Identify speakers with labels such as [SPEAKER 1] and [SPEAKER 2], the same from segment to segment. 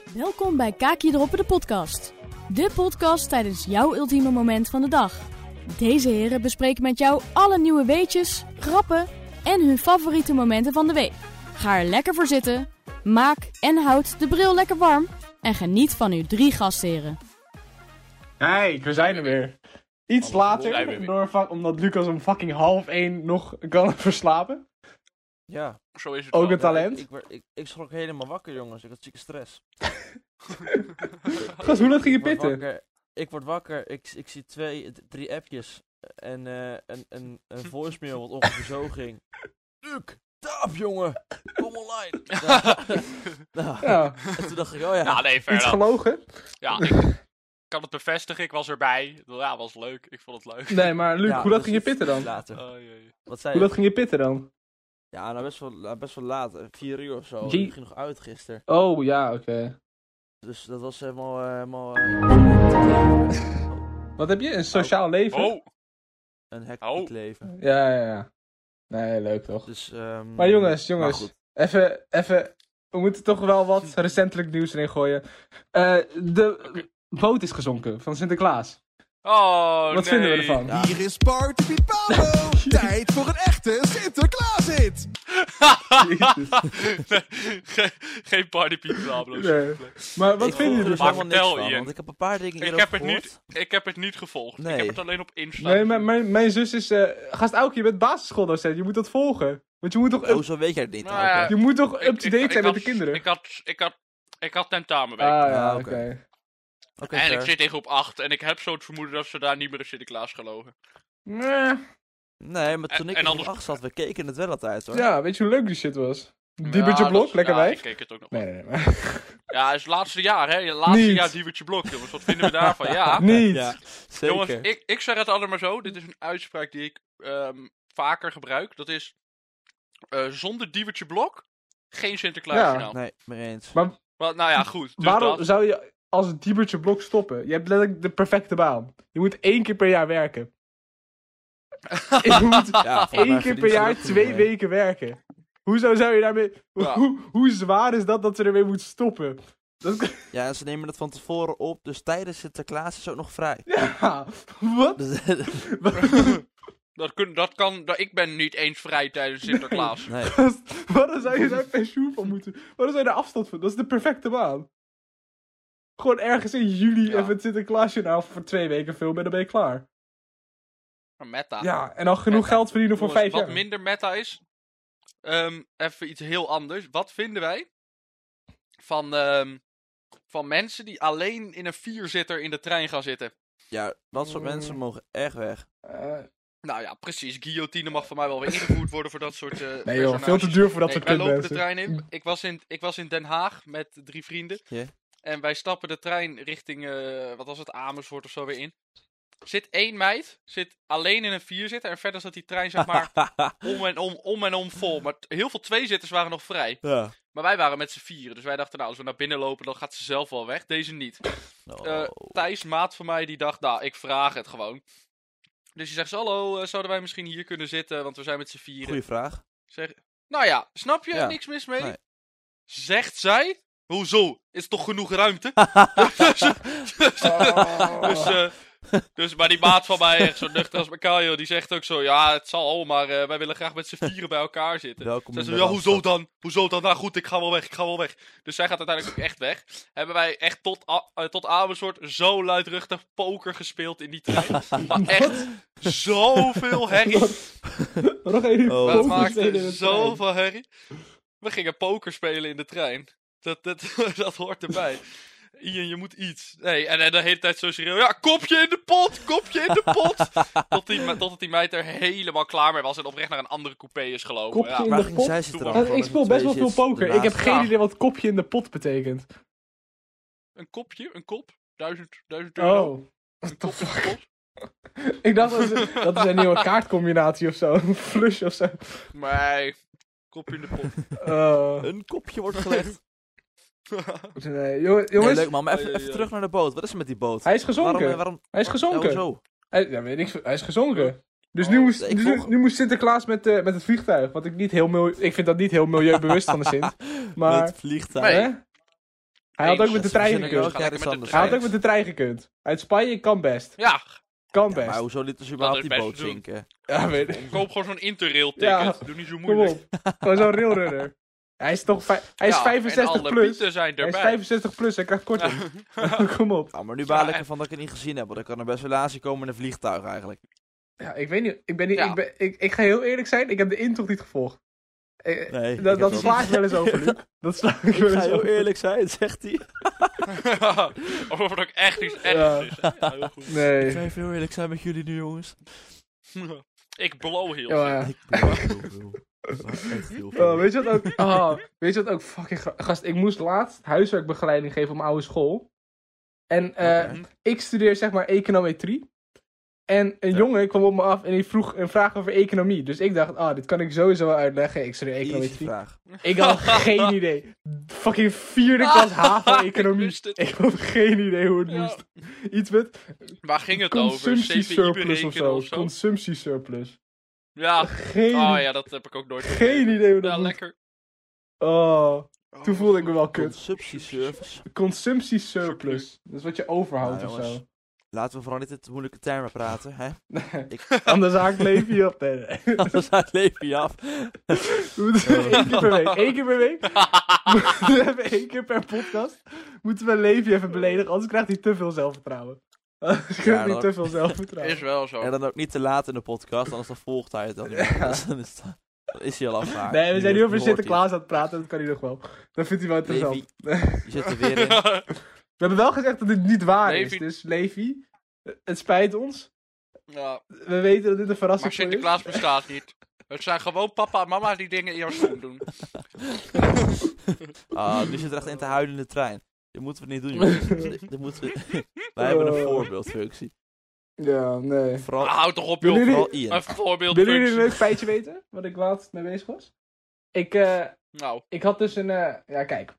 [SPEAKER 1] Welkom bij Kaakje Droppen de podcast. De podcast tijdens jouw ultieme moment van de dag. Deze heren bespreken met jou alle nieuwe weetjes, grappen en hun favoriete momenten van de week. Ga er lekker voor zitten, maak en houd de bril lekker warm en geniet van uw 3 gastheren.
[SPEAKER 2] Kijk, we zijn er weer. Iets later, omdat Lucas om fucking 12:30 nog kan verslapen.
[SPEAKER 3] Ja.
[SPEAKER 4] Zo is het
[SPEAKER 2] Ook
[SPEAKER 4] wel.
[SPEAKER 2] een talent.
[SPEAKER 3] Ik schrok helemaal wakker, jongens. Ik had zieke stress.
[SPEAKER 2] Gast, hoe laat ging je pitten?
[SPEAKER 3] Ik word wakker. Ik zie 3 appjes. En een voicemail wat ongeveer zo ging. Luc, taap, jongen. Kom online.
[SPEAKER 2] Ja.
[SPEAKER 3] En toen dacht ik, oh ja.
[SPEAKER 4] Ja, nee, fair
[SPEAKER 2] Iets
[SPEAKER 4] enough.
[SPEAKER 2] gelogen?
[SPEAKER 4] Ja, ik kan het bevestigen. Ik was erbij. Ja, was leuk. Ik vond het leuk.
[SPEAKER 2] Nee, maar Luc,
[SPEAKER 3] Ja,
[SPEAKER 2] hoe laat
[SPEAKER 3] dus
[SPEAKER 2] ging je pitten dan?
[SPEAKER 3] Later.
[SPEAKER 4] Oh, jee.
[SPEAKER 3] Wat zei
[SPEAKER 2] Hoe
[SPEAKER 3] je?
[SPEAKER 2] laat ging je pitten dan?
[SPEAKER 3] Ja, nou best wel laat. 4 uur of zo.
[SPEAKER 2] Jee.
[SPEAKER 3] Ik ging nog uit gisteren.
[SPEAKER 2] Oh, ja, oké.
[SPEAKER 3] Dus dat was helemaal...
[SPEAKER 2] Wat heb je? Een sociaal leven?
[SPEAKER 4] Oh,
[SPEAKER 3] een hectiek
[SPEAKER 4] Oh.
[SPEAKER 3] leven.
[SPEAKER 2] Ja. Nee, leuk toch?
[SPEAKER 3] Dus,
[SPEAKER 2] Maar jongens,
[SPEAKER 3] maar goed.
[SPEAKER 2] even, we moeten toch wel wat recentelijk nieuws erin gooien. De boot is gezonken van Sinterklaas.
[SPEAKER 4] oh
[SPEAKER 2] Wat vinden we ervan?
[SPEAKER 3] Ja.
[SPEAKER 5] Hier is Party Piet Pablo. Tijd voor een echte Sinterklaas-hit.
[SPEAKER 4] Geen partypiep, Pablo.
[SPEAKER 2] Nee. Maar wat
[SPEAKER 3] Ik
[SPEAKER 2] vinden jullie
[SPEAKER 3] er
[SPEAKER 2] ervan?
[SPEAKER 4] Maar
[SPEAKER 3] helemaal niks
[SPEAKER 4] vertel,
[SPEAKER 3] van,
[SPEAKER 4] Ian.
[SPEAKER 3] want ik heb een paar dingen
[SPEAKER 4] Ik
[SPEAKER 3] hierover
[SPEAKER 4] heb het
[SPEAKER 3] gehoord.
[SPEAKER 4] ik heb het niet gevolgd.
[SPEAKER 3] Nee.
[SPEAKER 4] Ik heb het alleen op Insta.
[SPEAKER 2] Nee, mijn zus is... Gast Auke, je bent basisschooldocent. Je moet dat volgen. Want je moet toch,
[SPEAKER 3] Oh, zo weet jij het niet.
[SPEAKER 4] Nou ja,
[SPEAKER 2] je moet toch
[SPEAKER 4] Ik-
[SPEAKER 2] up-to-date
[SPEAKER 4] ik
[SPEAKER 2] zijn met
[SPEAKER 4] had-
[SPEAKER 2] de kinderen?
[SPEAKER 4] Ik had tentamenweek.
[SPEAKER 2] Ah, ja,
[SPEAKER 3] Ah,
[SPEAKER 2] oké.
[SPEAKER 3] oké. Oké,
[SPEAKER 4] en ik
[SPEAKER 3] fair.
[SPEAKER 4] zit in groep 8 en ik heb zo het vermoeden dat ze daar niet meer de Sinterklaas geloven.
[SPEAKER 2] Nee.
[SPEAKER 3] Nee, maar toen ik
[SPEAKER 4] en
[SPEAKER 3] in groep
[SPEAKER 4] anders-
[SPEAKER 3] 8 zat, we keken het wel altijd, hoor.
[SPEAKER 2] Ja, weet je hoe leuk die shit was?
[SPEAKER 4] Ja,
[SPEAKER 2] Diebertje
[SPEAKER 4] dat
[SPEAKER 2] Blok,
[SPEAKER 4] is-
[SPEAKER 2] lekker
[SPEAKER 4] ja,
[SPEAKER 2] wijf?
[SPEAKER 4] ik keek het ook nog.
[SPEAKER 2] Nee.
[SPEAKER 4] Ja, het is het laatste jaar, hè? Het laatste
[SPEAKER 2] Niet.
[SPEAKER 4] jaar Diebertje Blok, jongens. Wat vinden we daarvan? Ja.
[SPEAKER 2] Niet.
[SPEAKER 3] Ja, zeker.
[SPEAKER 4] Jongens, ik zeg het altijd maar zo. Dit is een uitspraak die ik vaker gebruik. Dat is, zonder Diebertje Blok, geen Sinterklaasjournaal.
[SPEAKER 3] Nee, mee eens.
[SPEAKER 4] Maar, nou ja, goed. Dus
[SPEAKER 2] Waarom
[SPEAKER 4] dat.
[SPEAKER 2] zou je als Diebertje Blok stoppen? Je hebt letterlijk de perfecte baan. Je moet 1 keer per jaar werken. Je moet
[SPEAKER 3] Ja, volgens mij
[SPEAKER 2] 1 keer
[SPEAKER 3] verdient
[SPEAKER 2] per
[SPEAKER 3] ze
[SPEAKER 2] jaar
[SPEAKER 3] er ook
[SPEAKER 2] 2
[SPEAKER 3] genoeg mee.
[SPEAKER 2] weken werken. Hoezo zou je daarmee...
[SPEAKER 4] Ja.
[SPEAKER 2] Hoe zwaar is dat ze ermee moet stoppen? Dat...
[SPEAKER 3] Ja, en ze nemen het van tevoren op, dus tijdens Sinterklaas is het ook nog vrij.
[SPEAKER 2] Ja, wat?
[SPEAKER 3] Dus,
[SPEAKER 4] Ik ben niet eens vrij tijdens Sinterklaas.
[SPEAKER 3] nee.
[SPEAKER 2] Waarom zou je daar pensioen van moeten? Waarom zou je daar afstand van? Dat is de perfecte baan. Gewoon ergens in juli
[SPEAKER 4] Ja.
[SPEAKER 2] even het Sinterklaasjournaal voor 2 weken filmen en dan ben je klaar.
[SPEAKER 4] Meta.
[SPEAKER 2] Ja, en dan genoeg
[SPEAKER 4] Meta.
[SPEAKER 2] geld verdienen voor
[SPEAKER 4] Jongens,
[SPEAKER 2] 5 jaar.
[SPEAKER 4] Wat minder meta is, even iets heel anders. Wat vinden wij van mensen die alleen in een 4-zitter in de trein gaan zitten?
[SPEAKER 3] Ja, dat soort mensen mogen echt weg.
[SPEAKER 4] Nou ja, precies. Guillotine mag voor mij wel weer ingevoerd worden voor dat soort
[SPEAKER 2] Nee joh, veel te duur voor dat soort
[SPEAKER 4] wij lopen de
[SPEAKER 2] kutmensen.
[SPEAKER 4] trein in. Ik was in Den Haag met 3 vrienden.
[SPEAKER 3] Ja.
[SPEAKER 4] En wij stappen de trein richting, wat was het, Amersfoort of zo weer in. Zit 1 meid, zit alleen in een 4-zitter. En verder zat die trein zeg maar om en om vol. Maar heel veel 2-zitters waren nog vrij.
[SPEAKER 3] Ja.
[SPEAKER 4] Maar wij waren met z'n 4. Dus wij dachten, nou, als we naar binnen lopen, dan gaat ze zelf wel weg. Deze niet.
[SPEAKER 3] Oh.
[SPEAKER 4] Thijs, maat van mij, die dacht, nou, ik vraag het gewoon. Dus die zegt, hallo, zouden wij misschien hier kunnen zitten? Want we zijn met z'n 4.
[SPEAKER 3] Goeie vraag.
[SPEAKER 4] Zeg, nou ja, snap je?
[SPEAKER 3] Ja.
[SPEAKER 4] Niks mis mee.
[SPEAKER 3] Nee.
[SPEAKER 4] Zegt zij, hoezo? Is toch genoeg ruimte? Dus, maar die maat van mij, echt zo nuchter als elkaar, joh, die zegt ook zo, ja, het zal al, maar wij willen graag met z'n 4 bij elkaar zitten.
[SPEAKER 3] Welkom
[SPEAKER 4] Zij
[SPEAKER 3] in
[SPEAKER 4] zo,
[SPEAKER 3] de
[SPEAKER 4] ja, hoezo
[SPEAKER 3] Randstad.
[SPEAKER 4] dan? Hoezo dan? Nou goed, ik ga wel weg. Dus zij gaat uiteindelijk ook echt weg. Hebben wij echt tot Amersfoort zo luidruchtig poker gespeeld in die trein. Maar echt zoveel herrie.
[SPEAKER 2] Nog even
[SPEAKER 3] Oh.
[SPEAKER 4] Dat
[SPEAKER 2] poker
[SPEAKER 4] maakte
[SPEAKER 2] spelen in de trein.
[SPEAKER 4] zoveel herrie. We gingen poker spelen in de trein. Dat hoort erbij. Ian, je moet iets. Nee, en de hele tijd zo serieus. Ja, kopje in de pot! Totdat die meid er helemaal klaar mee was en oprecht naar een andere coupé is gelopen.
[SPEAKER 2] Kopje
[SPEAKER 4] Ja.
[SPEAKER 2] in
[SPEAKER 3] Waar
[SPEAKER 2] de
[SPEAKER 3] ging
[SPEAKER 2] pot?
[SPEAKER 3] zij zitten dan?
[SPEAKER 4] En
[SPEAKER 2] En
[SPEAKER 3] Gewoon
[SPEAKER 2] ik
[SPEAKER 3] met
[SPEAKER 2] speel best
[SPEAKER 3] twee
[SPEAKER 2] wel veel
[SPEAKER 3] zits
[SPEAKER 2] poker. Ik
[SPEAKER 3] ernaast?
[SPEAKER 2] heb geen
[SPEAKER 4] Ja.
[SPEAKER 2] idee wat kopje in de pot betekent.
[SPEAKER 4] Een kopje? Een kop? 1000 euro?
[SPEAKER 2] Oh.
[SPEAKER 4] Een kop in de pot?
[SPEAKER 2] Ik dacht dat is een nieuwe kaartcombinatie of zo. Een flush of zo.
[SPEAKER 4] Nee, kopje in de pot.
[SPEAKER 3] Een kopje wordt gelegd.
[SPEAKER 2] Nee,
[SPEAKER 3] Nee,
[SPEAKER 2] jongens,
[SPEAKER 3] leuk man, maar
[SPEAKER 4] Oei,
[SPEAKER 3] even
[SPEAKER 4] oei,
[SPEAKER 3] terug naar de boot. Wat is er met die boot?
[SPEAKER 2] hij is gezonken.
[SPEAKER 3] Waarom?
[SPEAKER 2] Hij is gezonken.
[SPEAKER 3] Hoezo?
[SPEAKER 2] Ja, weet ik, hij is gezonken. Dus
[SPEAKER 4] Oh,
[SPEAKER 2] nu moest Sinterklaas met het vliegtuig. Wat ik niet heel ik vind dat niet heel milieubewust van de Sint.
[SPEAKER 3] Met
[SPEAKER 2] Maar,
[SPEAKER 3] het vliegtuig.
[SPEAKER 4] Nee.
[SPEAKER 2] hè? Hij had ook
[SPEAKER 4] Eens.
[SPEAKER 2] met de
[SPEAKER 3] Ze
[SPEAKER 2] trein
[SPEAKER 3] verzinnen
[SPEAKER 2] gekund.
[SPEAKER 3] elk jaar
[SPEAKER 4] Ga
[SPEAKER 3] iets
[SPEAKER 4] lekker met
[SPEAKER 3] anders.
[SPEAKER 4] de
[SPEAKER 2] Hij had
[SPEAKER 4] trein.
[SPEAKER 2] ook met de trein gekund. Uit Spanje kan best.
[SPEAKER 4] Ja,
[SPEAKER 2] Kan
[SPEAKER 3] Ja,
[SPEAKER 2] best.
[SPEAKER 3] maar hoezo liet dus
[SPEAKER 4] Dat
[SPEAKER 3] überhaupt
[SPEAKER 4] is
[SPEAKER 3] die
[SPEAKER 4] best
[SPEAKER 3] boot
[SPEAKER 4] te doen.
[SPEAKER 3] zinken?
[SPEAKER 2] Ja, weet ik.
[SPEAKER 4] koop gewoon zo'n Interrail ticket.
[SPEAKER 2] Ja.
[SPEAKER 4] Doe niet zo
[SPEAKER 2] Kom
[SPEAKER 4] moeilijk.
[SPEAKER 2] op. Gewoon zo'n railrunner. Hij is toch hij is
[SPEAKER 4] Ja,
[SPEAKER 2] 65
[SPEAKER 4] en alle
[SPEAKER 2] plus.
[SPEAKER 4] pieten zijn
[SPEAKER 2] Hij is
[SPEAKER 4] erbij.
[SPEAKER 2] 65 plus, hij krijgt korting. Kom op.
[SPEAKER 3] Nou, maar nu baal ik
[SPEAKER 4] Ja,
[SPEAKER 3] ervan dat ik het niet gezien heb, want ik kan er best wel aankomen in een vliegtuig eigenlijk.
[SPEAKER 2] Ja, ik weet niet. Ik ben niet.
[SPEAKER 4] Ja.
[SPEAKER 2] Ik ga heel eerlijk zijn, ik heb de intocht niet gevolgd.
[SPEAKER 3] Nee, ik
[SPEAKER 2] Dat
[SPEAKER 3] heb
[SPEAKER 2] sla ik wel eens over, Luc. Dat sla ik
[SPEAKER 3] Ik
[SPEAKER 2] wel
[SPEAKER 3] ga
[SPEAKER 2] eens
[SPEAKER 3] heel
[SPEAKER 2] over.
[SPEAKER 3] eerlijk zijn, zegt hij.
[SPEAKER 4] Of het ook echt iets
[SPEAKER 2] Ja.
[SPEAKER 4] ergs is. Ja, heel goed.
[SPEAKER 3] Ik
[SPEAKER 2] Nee.
[SPEAKER 3] ga even heel eerlijk zijn met jullie nu, jongens.
[SPEAKER 4] Ik blow heel
[SPEAKER 2] Ja,
[SPEAKER 4] veel.
[SPEAKER 2] ja.
[SPEAKER 3] Ik ben heel veel. Maar echt heel veel.
[SPEAKER 2] Weet je wat ook? Weet je wat ook fucking gast? Ik moest laatst huiswerkbegeleiding geven op mijn oude school. En
[SPEAKER 3] Oké.
[SPEAKER 2] ik studeer zeg maar econometrie. En een
[SPEAKER 3] Ja.
[SPEAKER 2] jongen kwam op me af en die vroeg een vraag over economie. Dus ik dacht, dit kan ik sowieso wel uitleggen. Ik studeer
[SPEAKER 3] Easy
[SPEAKER 2] econometrie.
[SPEAKER 3] vraag.
[SPEAKER 2] Ik had geen idee. Fucking 4e klas HAVO-economie.
[SPEAKER 4] Ik wist het.
[SPEAKER 2] Ik had geen idee hoe het
[SPEAKER 4] Ja.
[SPEAKER 2] moest. Iets met
[SPEAKER 4] Waar ging het over? CPI
[SPEAKER 2] consumptiesurplus of
[SPEAKER 4] berekenen
[SPEAKER 2] zo.
[SPEAKER 4] of zo?
[SPEAKER 2] Consumptiesurplus.
[SPEAKER 4] Ja.
[SPEAKER 2] Geen,
[SPEAKER 4] Oh ja, dat heb ik ook nooit
[SPEAKER 2] geen idee hoe dat
[SPEAKER 4] Ja,
[SPEAKER 2] moet.
[SPEAKER 4] lekker.
[SPEAKER 2] Oh, toen voelde ik me wel kut.
[SPEAKER 3] Consumptieservice.
[SPEAKER 2] Consumptiesurplus. Dat is wat je overhoudt
[SPEAKER 3] Nou,
[SPEAKER 2] of zo.
[SPEAKER 3] jongens. Laten we vooral niet in moeilijke termen praten, hè?
[SPEAKER 2] Anders haak ik leven hier op. Nee.
[SPEAKER 3] Anders gaat het leven je af.
[SPEAKER 2] We moeten 1 keer per week. 1 keer per week. We hebben 1 keer per podcast. Moeten we Levi even beledigen, anders krijgt hij te veel zelfvertrouwen. Anders krijgt hij
[SPEAKER 3] dat-
[SPEAKER 2] te veel zelfvertrouwen.
[SPEAKER 4] Is wel zo.
[SPEAKER 3] En dan ook niet te laat in de podcast, anders dan volgt hij het dan niet. Dus dan is hij al afgehaakt.
[SPEAKER 2] Nee, we zijn nu over
[SPEAKER 3] Hoort hij het.
[SPEAKER 2] Sinterklaas aan het praten, dat kan hij nog wel. Dat vindt hij wel interessant.
[SPEAKER 3] Je zit er weer in.
[SPEAKER 2] We hebben wel gezegd dat dit niet waar
[SPEAKER 4] Levi-
[SPEAKER 2] is, dus Levi, het spijt ons.
[SPEAKER 4] Ja,
[SPEAKER 2] We weten dat dit een verrassing
[SPEAKER 4] maar
[SPEAKER 2] voor je is.
[SPEAKER 4] Sinterklaas bestaat niet. Het zijn gewoon papa en mama die dingen in jouw schoen doen.
[SPEAKER 3] Nu zit er echt in te huilen in de trein. Dit moeten we niet doen, jongens. Dit moeten we... Wij hebben een voorbeeldfunctie.
[SPEAKER 2] Ja, nee.
[SPEAKER 3] Vooral,
[SPEAKER 4] Houd toch op,
[SPEAKER 2] Willen
[SPEAKER 4] joh.
[SPEAKER 2] jullie-
[SPEAKER 3] vooral Ian.
[SPEAKER 4] Een voorbeeld.
[SPEAKER 2] Willen jullie een leuk feitje weten? Wat ik laatst mee bezig was?
[SPEAKER 4] Nou,
[SPEAKER 2] Ik had dus een... ja, kijk.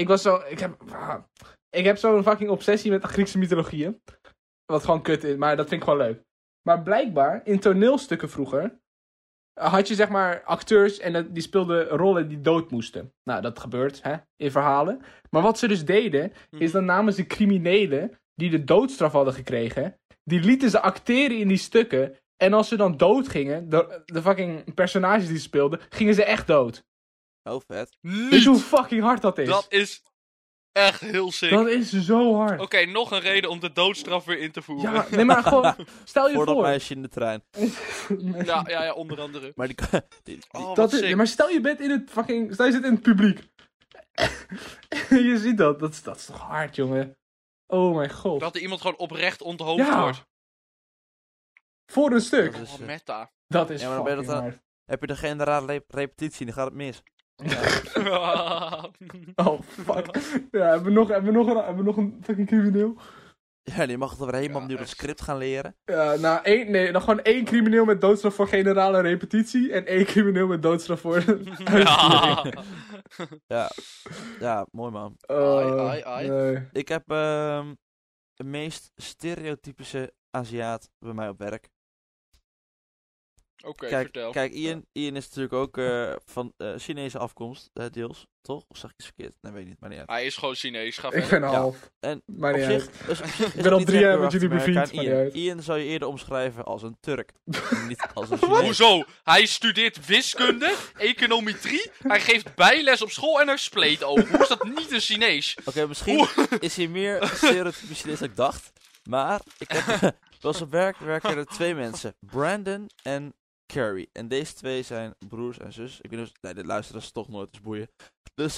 [SPEAKER 2] Ik heb zo'n fucking obsessie met de Griekse mythologieën. Wat gewoon kut is, maar dat vind ik gewoon leuk. Maar blijkbaar, in toneelstukken vroeger... had je zeg maar acteurs en die speelden rollen die dood moesten. Nou, dat gebeurt, hè, in verhalen. Maar wat ze dus deden, is dan namen ze criminelen... die de doodstraf hadden gekregen... die lieten ze acteren in die stukken... en als ze dan dood gingen... de fucking personages die ze speelden... gingen ze echt dood.
[SPEAKER 3] Oh, vet.
[SPEAKER 2] Weet je hoe fucking hard dat is?
[SPEAKER 4] dat is echt heel sick.
[SPEAKER 2] Dat is zo hard.
[SPEAKER 4] Oké, nog een reden om de doodstraf weer in te voeren.
[SPEAKER 2] Ja, nee, maar gewoon... Stel je
[SPEAKER 3] Voor dat
[SPEAKER 2] voor...
[SPEAKER 3] meisje in de trein.
[SPEAKER 4] Ja, onder andere.
[SPEAKER 3] Maar die
[SPEAKER 4] Oh,
[SPEAKER 2] Dat
[SPEAKER 4] wat
[SPEAKER 2] is,
[SPEAKER 4] sick.
[SPEAKER 2] maar stel je bent in het fucking... Stel je zit in het publiek. Je ziet dat. Dat is toch hard, jongen. Oh mijn god.
[SPEAKER 4] Dat er iemand gewoon oprecht onthoofd
[SPEAKER 2] Ja.
[SPEAKER 4] wordt.
[SPEAKER 2] Voor een stuk.
[SPEAKER 3] Dat is,
[SPEAKER 4] Oh, meta.
[SPEAKER 2] Dat is
[SPEAKER 3] Ja, maar dan ben je
[SPEAKER 2] fucking
[SPEAKER 3] dat
[SPEAKER 2] hard.
[SPEAKER 3] heb je de generale repetitie, dan gaat het mis.
[SPEAKER 2] Oh, fuck. Ja, hebben we nog een fucking crimineel?
[SPEAKER 3] Ja, die mag er weer helemaal
[SPEAKER 4] Ja,
[SPEAKER 3] opnieuw het
[SPEAKER 4] echt.
[SPEAKER 3] script gaan leren.
[SPEAKER 2] Ja, nou, dan gewoon 1 crimineel met doodstraf voor generale repetitie. En 1 crimineel met doodstraf voor...
[SPEAKER 4] Ja.
[SPEAKER 3] Ja, mooi man.
[SPEAKER 4] Ai.
[SPEAKER 2] Nee.
[SPEAKER 3] Ik heb de meest stereotypische Aziat bij mij op werk.
[SPEAKER 4] Oké,
[SPEAKER 3] Kijk,
[SPEAKER 4] vertel.
[SPEAKER 3] kijk Ian is natuurlijk ook van Chinese afkomst, deels, toch? Of zeg ik iets verkeerd? Nee, weet ik niet, maar niet uit.
[SPEAKER 4] Hij is gewoon Chinees. Ga
[SPEAKER 2] Ik
[SPEAKER 4] verder.
[SPEAKER 2] ben
[SPEAKER 3] Ja.
[SPEAKER 2] half.
[SPEAKER 3] En
[SPEAKER 2] Maar
[SPEAKER 3] op
[SPEAKER 2] niet
[SPEAKER 3] zich,
[SPEAKER 2] uit.
[SPEAKER 3] dus op zich is
[SPEAKER 2] ben
[SPEAKER 3] het
[SPEAKER 2] al
[SPEAKER 3] niet
[SPEAKER 2] 3
[SPEAKER 3] echt
[SPEAKER 2] jaar
[SPEAKER 3] heel
[SPEAKER 2] met
[SPEAKER 3] erg
[SPEAKER 2] jullie
[SPEAKER 3] te merken
[SPEAKER 2] bevriend,
[SPEAKER 3] aan
[SPEAKER 2] maar niet
[SPEAKER 3] Ian.
[SPEAKER 2] uit.
[SPEAKER 3] Ian zou je eerder omschrijven als een Turk. En niet als een Chinees.
[SPEAKER 4] Hoezo? Hij studeert wiskunde, econometrie, hij geeft bijles op school en hij spleet over. Hoe is dat niet een Chinees?
[SPEAKER 3] Oké, misschien is hij meer stereotypisch Chinees dan ik dacht. Maar ik heb wel eens op werk werken er 2 mensen. Brandon en Carrie. En deze 2 zijn broers en zus. Ik weet niet of... Nee, dit luisteren ze toch nooit, dus boeien. Dus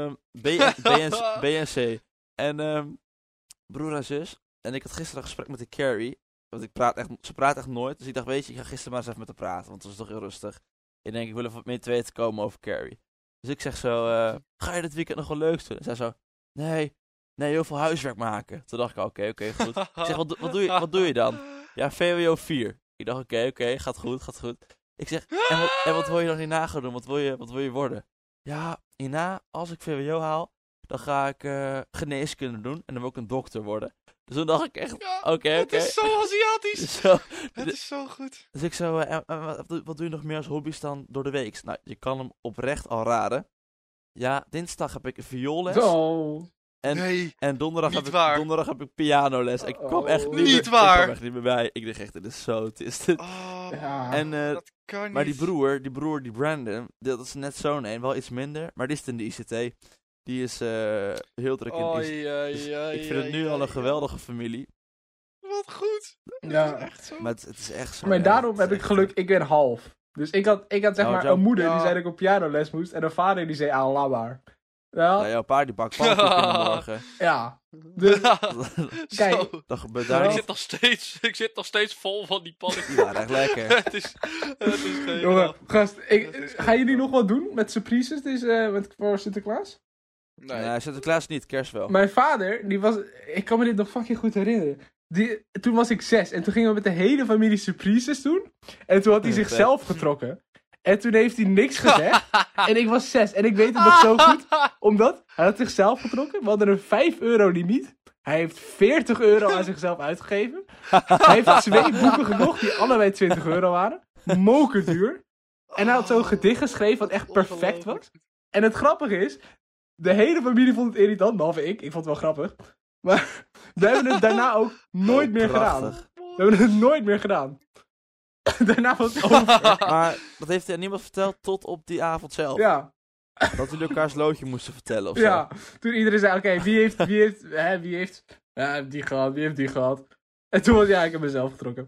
[SPEAKER 3] B en C. En broer en zus. En ik had gisteren een gesprek met de Carrie. Want ze praat echt nooit. Dus ik dacht, weet je, ik ga gisteren maar eens even met haar praten. Want het was toch heel rustig. Ik denk, ik wil even wat meer te weten komen over Carrie. Dus ik zeg zo, ga je dit weekend nog wel leuk doen? En zij zo, nee, heel veel huiswerk maken. Toen dacht ik, oké, goed. Ik zeg, wat doe je dan? Ja, VWO 4. Ik dacht, oké, gaat goed. Ik zeg, en wat wil je dan hierna gaan doen? Wat wil je worden? Ja, hierna, als ik VWO haal, dan ga ik geneeskunde doen. En dan wil ik een dokter worden. Dus toen dacht ik echt, oké.
[SPEAKER 4] Het is zo Aziatisch.
[SPEAKER 3] Zo,
[SPEAKER 4] Het is zo goed.
[SPEAKER 3] dus ik zo, wat doe je nog meer als hobby's dan door de week? Nou, je kan hem oprecht al raden. Ja, dinsdag heb ik een vioolles.
[SPEAKER 2] Oh.
[SPEAKER 3] En donderdag
[SPEAKER 4] niet waar.
[SPEAKER 3] donderdag heb ik pianoles. Ik kwam echt niet,
[SPEAKER 4] Niet
[SPEAKER 3] meer,
[SPEAKER 4] waar.
[SPEAKER 3] Ik kwam echt niet meer bij. Ik dacht echt, dit is zo triest.
[SPEAKER 4] Oh,
[SPEAKER 2] Ja.
[SPEAKER 3] En,
[SPEAKER 4] dat kan niet.
[SPEAKER 3] maar die broer, die Brandon, dat is net zo'n een. Wel iets minder, maar die is in de ICT. Die is heel druk in de ICT. Ik vind het nu al een geweldige familie.
[SPEAKER 4] Wat goed.
[SPEAKER 2] Ja.
[SPEAKER 4] Echt zo.
[SPEAKER 3] Maar het is echt zo.
[SPEAKER 2] Maar
[SPEAKER 3] ja,
[SPEAKER 2] daarom
[SPEAKER 3] het
[SPEAKER 2] heb
[SPEAKER 3] is
[SPEAKER 2] ik
[SPEAKER 3] echt-
[SPEAKER 2] geluk, ik ben half. Dus ik had zeg
[SPEAKER 3] Oh,
[SPEAKER 2] maar
[SPEAKER 3] jouw-
[SPEAKER 2] een moeder
[SPEAKER 4] ja.
[SPEAKER 2] die zei dat ik op pianoles moest. En een vader die zei, laat maar.
[SPEAKER 3] Ja,
[SPEAKER 2] Ja,
[SPEAKER 3] jouw pa die bakt pannenkoeken in de morgen.
[SPEAKER 2] ja. Dus, Kijk.
[SPEAKER 4] Zo.
[SPEAKER 3] Dat gebeurt
[SPEAKER 2] Ja.
[SPEAKER 3] daar
[SPEAKER 4] Ik
[SPEAKER 3] niet.
[SPEAKER 4] zit nog steeds vol van die
[SPEAKER 3] Die
[SPEAKER 4] pannenkoeken.
[SPEAKER 3] waren echt lekker.
[SPEAKER 4] het is geen
[SPEAKER 2] jongen,
[SPEAKER 4] grap.
[SPEAKER 2] gast,
[SPEAKER 4] Dat is
[SPEAKER 2] gaan jullie
[SPEAKER 4] geen
[SPEAKER 2] nog wat doen met surprises voor Sinterklaas?
[SPEAKER 4] Nee.
[SPEAKER 3] Nee, Sinterklaas niet, kerst wel.
[SPEAKER 2] Mijn vader, die was, ik kan me dit nog fucking goed herinneren. Toen was ik 6 en toen gingen we met de hele familie surprises doen. En toen had hij
[SPEAKER 3] Vet.
[SPEAKER 2] zichzelf getrokken. En toen heeft hij niks gezegd. En ik was 6 en ik weet het nog zo goed. Omdat hij had zichzelf getrokken. We hadden een €5 limiet. Hij heeft €40 aan zichzelf uitgegeven. Hij heeft 2 boeken gekocht die allebei €20 waren. Mokerduur. En hij had zo'n gedicht geschreven wat echt perfect was. En het grappige is, de hele familie vond het irritant, behalve ik. Ik vond het wel grappig. Maar we hebben het daarna ook nooit meer gedaan.
[SPEAKER 3] Prachtig.
[SPEAKER 2] We hebben het nooit meer gedaan. Daarna was het over.
[SPEAKER 3] Maar dat heeft hij aan niemand verteld tot op die avond zelf.
[SPEAKER 2] Ja,
[SPEAKER 3] Dat jullie elkaars loodje moesten vertellen of zo.
[SPEAKER 2] ja. Toen iedereen zei, oké, wie heeft die gehad, wie heeft die gehad. En toen was ik heb mezelf getrokken.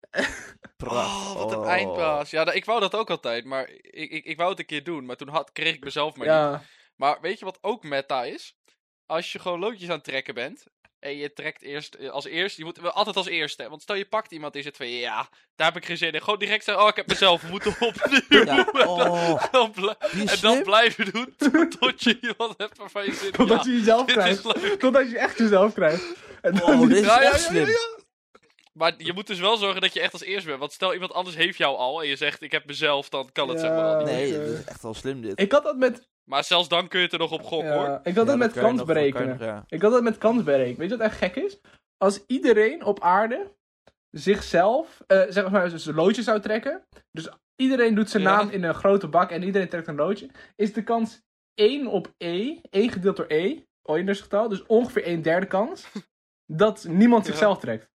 [SPEAKER 3] Prachtig.
[SPEAKER 4] Oh, wat een eindbaas. Ja, ik wou dat ook altijd, maar ik wou het een keer doen. Maar toen kreeg ik mezelf maar niet.
[SPEAKER 2] Ja,
[SPEAKER 4] Maar weet je wat ook meta is? Als je gewoon loodjes aan het trekken bent. En je trekt eerst als eerste. Je moet wel altijd als eerste. Want stel je pakt iemand en je zit van ja, daar heb ik geen zin in. Gewoon direct zeggen, oh ik heb mezelf, we moeten opnieuw.
[SPEAKER 3] Ja, oh, die is
[SPEAKER 4] En dan
[SPEAKER 3] slim.
[SPEAKER 4] blijven doen tot je iemand hebt waarvan je zit.
[SPEAKER 2] totdat
[SPEAKER 4] Ja,
[SPEAKER 2] je jezelf
[SPEAKER 4] dit is
[SPEAKER 2] krijgt.
[SPEAKER 4] leuk.
[SPEAKER 2] Totdat je echt jezelf krijgt. En dan
[SPEAKER 3] Oh, dit is
[SPEAKER 4] Ja, ja,
[SPEAKER 3] echt
[SPEAKER 4] ja,
[SPEAKER 3] slim.
[SPEAKER 4] Maar je moet dus wel zorgen dat je echt als eerste bent. Want stel iemand anders heeft jou al en je zegt ik heb mezelf, dan kan het
[SPEAKER 2] Ja.
[SPEAKER 4] zeg maar al niet.
[SPEAKER 3] Nee,
[SPEAKER 2] Oké.
[SPEAKER 3] dit is echt wel slim dit.
[SPEAKER 2] Ik had dat met,
[SPEAKER 4] Maar zelfs dan kun je het er nog op gokken hoor.
[SPEAKER 2] ik had dat met
[SPEAKER 3] kan je
[SPEAKER 2] kans
[SPEAKER 3] nog- kan je
[SPEAKER 2] berekenen.
[SPEAKER 3] nog, ja.
[SPEAKER 2] Ik had dat met kans berekenen. Weet je wat echt gek is? Als iedereen op aarde zichzelf, zeg maar, zijn loodje zou trekken. Dus iedereen doet zijn
[SPEAKER 4] Ja.
[SPEAKER 2] naam in een grote bak en iedereen trekt een loodje. Is de kans 1 op E, 1 gedeeld door E, Euler's getal, dus ongeveer 1/3 kans, dat niemand
[SPEAKER 4] Ja.
[SPEAKER 2] zichzelf trekt.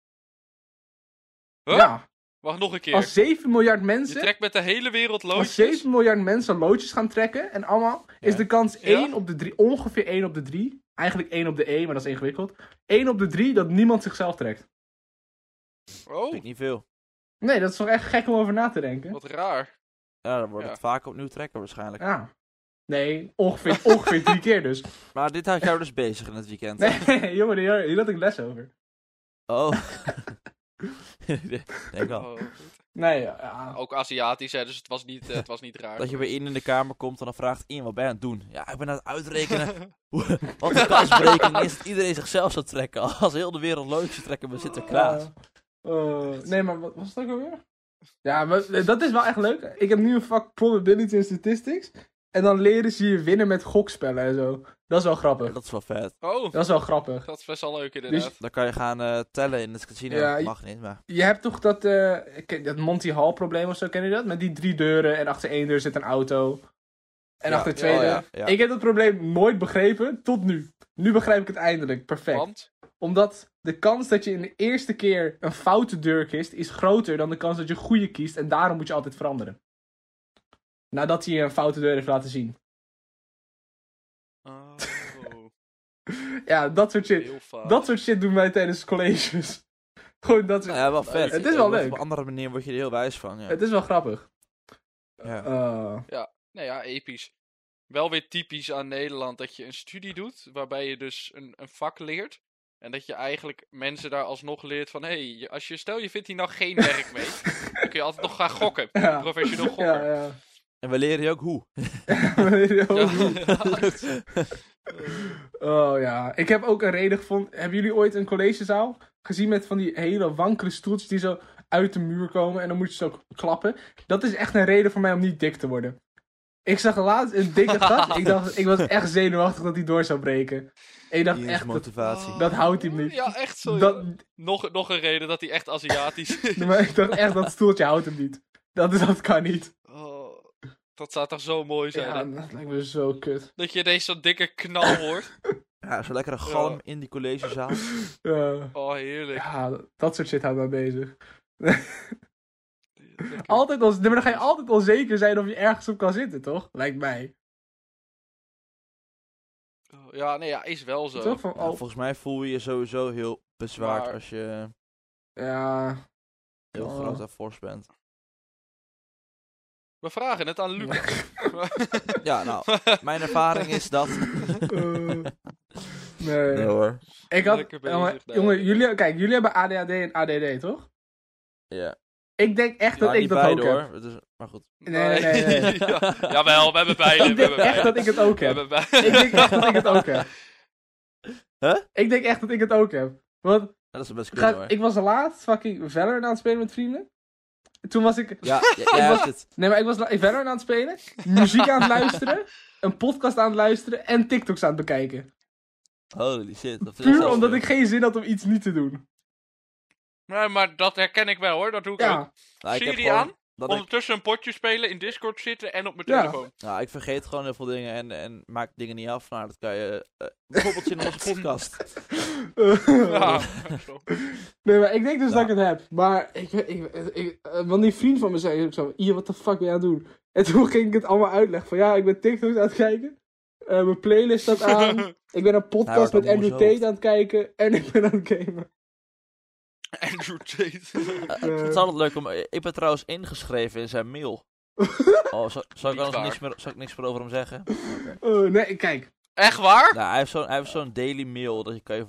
[SPEAKER 4] Huh?
[SPEAKER 2] Ja,
[SPEAKER 4] Wacht nog een keer.
[SPEAKER 2] als 7 miljard
[SPEAKER 4] Je
[SPEAKER 2] mensen...
[SPEAKER 4] trekt met de hele wereld
[SPEAKER 2] Als
[SPEAKER 4] loodjes.
[SPEAKER 2] 7 miljard mensen loodjes gaan trekken en allemaal, is
[SPEAKER 3] Ja.
[SPEAKER 2] de kans
[SPEAKER 4] Ja.
[SPEAKER 2] 1 op de 3, ongeveer 1 op de 3, eigenlijk 1 op de E, maar dat is ingewikkeld, 1 op de 3 dat niemand zichzelf trekt.
[SPEAKER 4] Oh,
[SPEAKER 3] Vind ik niet veel.
[SPEAKER 2] Nee, dat is toch echt gek om over na te denken?
[SPEAKER 4] wat raar.
[SPEAKER 3] Ja, dan wordt
[SPEAKER 4] Ja.
[SPEAKER 3] het vaak opnieuw trekken waarschijnlijk.
[SPEAKER 2] Ja. Nee, ongeveer 3 keer dus.
[SPEAKER 3] Maar dit houdt jou dus bezig in het weekend.
[SPEAKER 2] Nee, jongen, hier had ik les over.
[SPEAKER 3] Oh. Denk wel.
[SPEAKER 4] Oh, goed.
[SPEAKER 2] Nee, ja.
[SPEAKER 4] Ook Aziatisch, hè, dus het was niet raar.
[SPEAKER 3] Dat je bij Ian in de kamer komt en dan vraagt Ian, wat ben je aan het doen? Ja, ik ben aan het uitrekenen. Wat een kansberekening is dat iedereen zichzelf zou trekken. Als heel de wereld loodjes trekken met Sinterklaas.
[SPEAKER 2] Nee, maar wat was het ook alweer? Ja, maar dat is wel echt leuk. Ik heb nu een vak Probability and Statistics. En dan leren ze je winnen met gokspellen en zo. Dat is wel grappig.
[SPEAKER 3] Dat is wel vet.
[SPEAKER 4] Oh,
[SPEAKER 2] Dat is wel grappig.
[SPEAKER 4] dat is best wel leuk inderdaad.
[SPEAKER 3] Dan kan je gaan tellen in het casino.
[SPEAKER 2] Ja,
[SPEAKER 3] Mag niet, maar...
[SPEAKER 2] Je hebt toch dat Monty Hall probleem of zo, ken je dat? Met die 3 deuren en achter 1 deur zit een auto. En
[SPEAKER 3] Ja,
[SPEAKER 2] achter 2
[SPEAKER 3] ja,
[SPEAKER 2] deuren.
[SPEAKER 3] ja.
[SPEAKER 2] Ik heb dat probleem nooit begrepen, tot nu. Nu begrijp ik het eindelijk, perfect.
[SPEAKER 4] Want?
[SPEAKER 2] Omdat de kans dat je in de eerste keer een foute deur kiest, is groter dan de kans dat je een goede kiest. En daarom moet je altijd veranderen. Nadat hij je een foute deur heeft laten zien.
[SPEAKER 4] Oh,
[SPEAKER 2] Ja, dat soort shit.
[SPEAKER 4] heel vaak.
[SPEAKER 2] Dat soort shit doen wij tijdens colleges. Gewoon dat soort...
[SPEAKER 3] Ja, wel vet.
[SPEAKER 2] Het is wel
[SPEAKER 3] Op
[SPEAKER 2] leuk.
[SPEAKER 3] een andere manier word je er heel wijs van. Ja.
[SPEAKER 2] Het is wel grappig.
[SPEAKER 3] Ja.
[SPEAKER 4] Nou ja, episch. Wel weer typisch aan Nederland dat je een studie doet, waarbij je dus een vak leert. En dat je eigenlijk mensen daar alsnog leert van, hé, stel je vindt hier nou geen werk mee, dan kun je altijd nog gaan gokken.
[SPEAKER 2] Ja.
[SPEAKER 4] Professioneel gokker.
[SPEAKER 2] Ja, ja.
[SPEAKER 3] En we leren je ook hoe.
[SPEAKER 2] Oh ja, ik heb ook een reden gevonden. Hebben jullie ooit een collegezaal gezien met van die hele wankele stoeltjes die zo uit de muur komen en dan moet je ze ook klappen? Dat is echt een reden voor mij om niet dik te worden. Ik zag laatst een dikke gat. Ik was echt zenuwachtig dat hij door zou breken. En ik dacht
[SPEAKER 3] Hier is
[SPEAKER 2] echt,
[SPEAKER 3] motivatie.
[SPEAKER 2] dat houdt hij niet.
[SPEAKER 4] Ja, echt zo.
[SPEAKER 2] Dat,
[SPEAKER 4] Nog een reden dat hij echt Aziatisch is.
[SPEAKER 2] maar ik dacht echt, dat stoeltje houdt hem niet. Dat kan niet.
[SPEAKER 4] Oh, dat zou toch zo mooi zijn,
[SPEAKER 2] Ja,
[SPEAKER 4] hè?
[SPEAKER 2] dat lijkt me zo kut.
[SPEAKER 4] Dat je ineens zo'n dikke knal hoort.
[SPEAKER 3] Ja, zo lekkere galm in die collegezaal.
[SPEAKER 4] Oh, heerlijk.
[SPEAKER 2] Ja, dat soort shit houdt mij bezig. Maar dan ga je altijd onzeker zijn of je ergens op kan zitten, toch? Lijkt mij.
[SPEAKER 4] Ja, nee, ja, is wel zo.
[SPEAKER 2] Toch? Van,
[SPEAKER 3] Ja, volgens mij voel je je sowieso heel bezwaard
[SPEAKER 4] Maar-
[SPEAKER 3] als je
[SPEAKER 2] ja.
[SPEAKER 3] heel
[SPEAKER 2] Oh.
[SPEAKER 3] groot en fors bent.
[SPEAKER 4] We vragen het aan Luc.
[SPEAKER 3] Ja, nou, mijn ervaring is dat...
[SPEAKER 2] Nee.
[SPEAKER 3] hoor.
[SPEAKER 2] Ik had,
[SPEAKER 4] Lekker bezig,
[SPEAKER 2] jongen, jullie hebben ADHD en ADD, toch?
[SPEAKER 3] Ja.
[SPEAKER 2] Ik denk echt dat
[SPEAKER 3] Maar
[SPEAKER 2] ik
[SPEAKER 3] niet
[SPEAKER 2] dat
[SPEAKER 3] beide,
[SPEAKER 2] ook heb.
[SPEAKER 3] hoor. Dus, maar goed.
[SPEAKER 2] Nee.
[SPEAKER 4] Ja, jawel, we hebben beide.
[SPEAKER 2] Ik denk echt dat ik het ook
[SPEAKER 4] We
[SPEAKER 2] heb.
[SPEAKER 4] hebben beide.
[SPEAKER 2] Ik denk echt dat ik het ook heb.
[SPEAKER 3] Huh?
[SPEAKER 2] Ik denk echt dat ik het ook heb. Want
[SPEAKER 3] Dat is best kunnen, hoor.
[SPEAKER 2] ik was laatst fucking Valorant aan het spelen met vrienden. Toen was ik...
[SPEAKER 3] Ja, jij hebt het.
[SPEAKER 2] Nee, maar ik was Valorant aan het spelen, muziek aan het luisteren, een podcast aan het luisteren en TikToks aan het bekijken.
[SPEAKER 3] Holy shit. Dat is
[SPEAKER 2] Puur
[SPEAKER 3] zelfs
[SPEAKER 2] omdat
[SPEAKER 3] veel.
[SPEAKER 2] ik geen zin had om iets niet te doen.
[SPEAKER 4] Nee, maar dat herken ik wel hoor. Dat doe ik ook.
[SPEAKER 2] Ja,
[SPEAKER 3] Nou, ik heb
[SPEAKER 4] Serie
[SPEAKER 3] gewoon
[SPEAKER 4] aan,
[SPEAKER 3] dat ik,
[SPEAKER 4] ondertussen een potje spelen, in Discord zitten en op mijn
[SPEAKER 2] Ja.
[SPEAKER 4] telefoon.
[SPEAKER 3] nou, ik vergeet gewoon heel veel dingen en maak dingen niet af. Nou, dat kan je bijvoorbeeld in onze podcast.
[SPEAKER 4] Ja, zo.
[SPEAKER 2] Nee, maar ik denk dus
[SPEAKER 3] Ja.
[SPEAKER 2] dat ik het heb. Maar want die vriend van me zei ook zo, wat de fuck ben je aan het doen? En toen ging ik het allemaal uitleggen van ja, ik ben TikToks aan het kijken. Mijn playlist staat aan. Ik ben een podcast
[SPEAKER 3] wordt
[SPEAKER 2] met
[SPEAKER 3] allemaal
[SPEAKER 2] Andrew
[SPEAKER 3] zo.
[SPEAKER 2] Tate aan het kijken. En ik ben aan het gamen.
[SPEAKER 4] Andrew Tate.
[SPEAKER 3] Ik vind het altijd leuk om... Ik ben trouwens ingeschreven in zijn mail. Oh, zou ik
[SPEAKER 4] Niet waar.
[SPEAKER 3] niks meer over hem zeggen?
[SPEAKER 2] Nee, kijk.
[SPEAKER 4] Echt waar?
[SPEAKER 3] Nou, hij heeft zo'n daily mail dat je kan je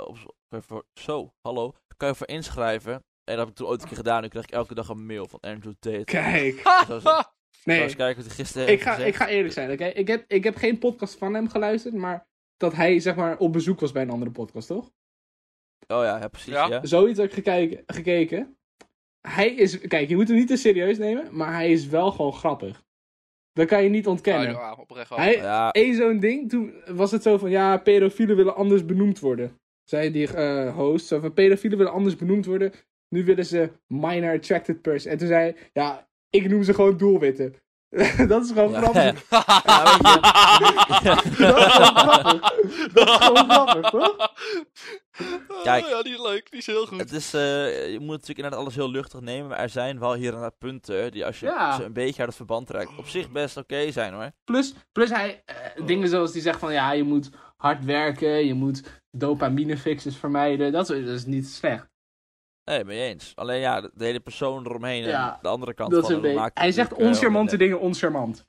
[SPEAKER 3] kan je voor inschrijven. En dat heb ik toen ooit een keer gedaan. Nu krijg ik elke dag een mail van Andrew Tate.
[SPEAKER 2] Kijk.
[SPEAKER 3] Zou
[SPEAKER 2] Nee.
[SPEAKER 3] eens kijken wat hij gisteren
[SPEAKER 2] Ik
[SPEAKER 3] heeft gezegd.
[SPEAKER 2] ga eerlijk zijn, oké? Ik heb geen podcast van hem geluisterd, maar dat hij zeg maar op bezoek was bij een andere podcast, toch?
[SPEAKER 3] Oh ja, precies.
[SPEAKER 4] Ja.
[SPEAKER 3] Ja.
[SPEAKER 2] Zoiets heb ik gekeken. Hij is, kijk, je moet hem niet te serieus nemen, maar hij is wel gewoon grappig. Dat kan je niet ontkennen.
[SPEAKER 4] Ja, oprecht wel.
[SPEAKER 2] Hij,
[SPEAKER 3] Ja,
[SPEAKER 2] één zo'n ding, toen was het zo van, ja, pedofielen willen anders benoemd worden. Zei die host, zo van, pedofielen willen anders benoemd worden. Nu willen ze minor attracted person. En toen zei hij, ja, ik noem ze gewoon doelwitten. Dat is gewoon
[SPEAKER 3] Ja.
[SPEAKER 2] grappig.
[SPEAKER 3] Ja, weet je.
[SPEAKER 2] Dat is gewoon grappig. Dat is gewoon grappig, toch?
[SPEAKER 3] Kijk.
[SPEAKER 4] Ja, die is leuk. Die is heel goed.
[SPEAKER 3] Het is, je moet natuurlijk inderdaad alles heel luchtig nemen, maar er zijn wel hier en daar punten die als je
[SPEAKER 2] Ja.
[SPEAKER 3] ze een beetje uit het verband trekt, op zich best oké zijn, hoor.
[SPEAKER 2] Plus hij, dingen zoals die zegt van, ja, je moet hard werken, je moet dopamine fixes vermijden. Dat is niet slecht.
[SPEAKER 3] Nee, ben je eens. Alleen ja, de hele persoon eromheen
[SPEAKER 2] Ja,
[SPEAKER 3] en de andere kant
[SPEAKER 2] Dat is
[SPEAKER 3] van
[SPEAKER 2] een
[SPEAKER 3] het
[SPEAKER 2] beetje.
[SPEAKER 3] maakt
[SPEAKER 2] Hij
[SPEAKER 3] het
[SPEAKER 2] zegt
[SPEAKER 3] natuurlijk,
[SPEAKER 2] oncharmante
[SPEAKER 3] wel
[SPEAKER 2] dingen oncharmant.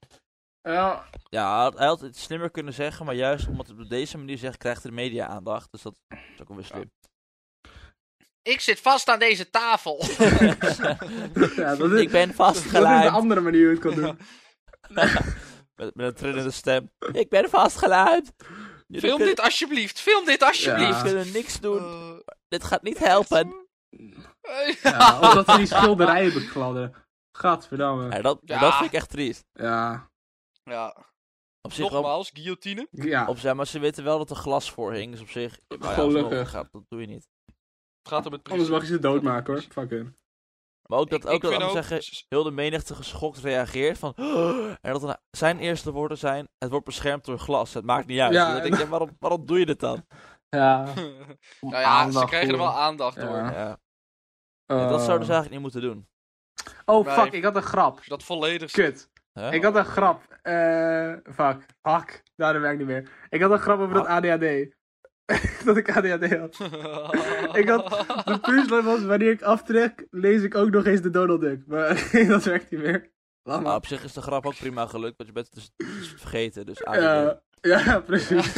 [SPEAKER 3] Ja, hij had het slimmer kunnen zeggen, maar juist omdat het op deze manier zegt, krijgt de media aandacht. Dus dat is ook wel weer slim.
[SPEAKER 4] Ik zit vast aan deze tafel.
[SPEAKER 2] Ja, dat is,
[SPEAKER 3] Ik ben
[SPEAKER 2] dat is de
[SPEAKER 3] vastgelijmd.
[SPEAKER 2] andere manier hoe je het kan doen.
[SPEAKER 3] Met een trillende stem. Ik ben vastgelijmd. Jullie
[SPEAKER 4] Film
[SPEAKER 3] kunnen-
[SPEAKER 4] dit alsjeblieft. Film dit
[SPEAKER 3] Jullie
[SPEAKER 4] alsjeblieft.
[SPEAKER 3] kunnen niks doen. Dit gaat niet helpen.
[SPEAKER 2] Ja, omdat ze die schilderijen bekladden. Gadverdamme.
[SPEAKER 3] Ja, dat
[SPEAKER 4] Ja.
[SPEAKER 3] vind ik echt triest.
[SPEAKER 2] Ja.
[SPEAKER 4] Ja,
[SPEAKER 3] Op zich wel.
[SPEAKER 4] nogmaals, guillotine.
[SPEAKER 2] Ja.
[SPEAKER 3] Maar ze weten wel dat er glas voor hing. Dus op zich. Maar ja,
[SPEAKER 2] Gelukkig.
[SPEAKER 3] alsnog gaat, dat doe je niet.
[SPEAKER 4] Het gaat om het
[SPEAKER 2] Anders mag je ze
[SPEAKER 4] principe.
[SPEAKER 2] doodmaken hoor. Fuck hun.
[SPEAKER 3] Maar ook dat,
[SPEAKER 4] Ik vind
[SPEAKER 3] laat me
[SPEAKER 4] ook-
[SPEAKER 3] zeggen, heel de menigte geschokt reageert van... En dat dan zijn eerste woorden zijn... Het wordt beschermd door glas. Het maakt niet uit.
[SPEAKER 2] Ja,
[SPEAKER 3] Dus dan denk ik, ja, waarom doe je dit dan?
[SPEAKER 2] Ja.
[SPEAKER 4] Nou ja, ze krijgen er wel aandacht door.
[SPEAKER 2] Ja.
[SPEAKER 3] Ja. Ja, dat zouden ze eigenlijk niet moeten doen.
[SPEAKER 2] Oh
[SPEAKER 4] Nee.
[SPEAKER 2] fuck, ik had een grap.
[SPEAKER 4] Als je dat volledig...
[SPEAKER 2] Kut.
[SPEAKER 3] Hè?
[SPEAKER 2] Ik had een grap. Fuck. Hak. Nou, dat werkt niet meer. Ik had een grap over dat ADHD. Dat ik ADHD had. Ik had... De punchline was, wanneer ik aftrek, lees ik ook nog eens de Donald Duck. Maar dat werkt niet meer. Laat
[SPEAKER 3] Maar
[SPEAKER 2] maar.
[SPEAKER 3] op zich is de grap ook prima gelukt. Want je bent het dus vergeten. Dus
[SPEAKER 2] Ja, precies.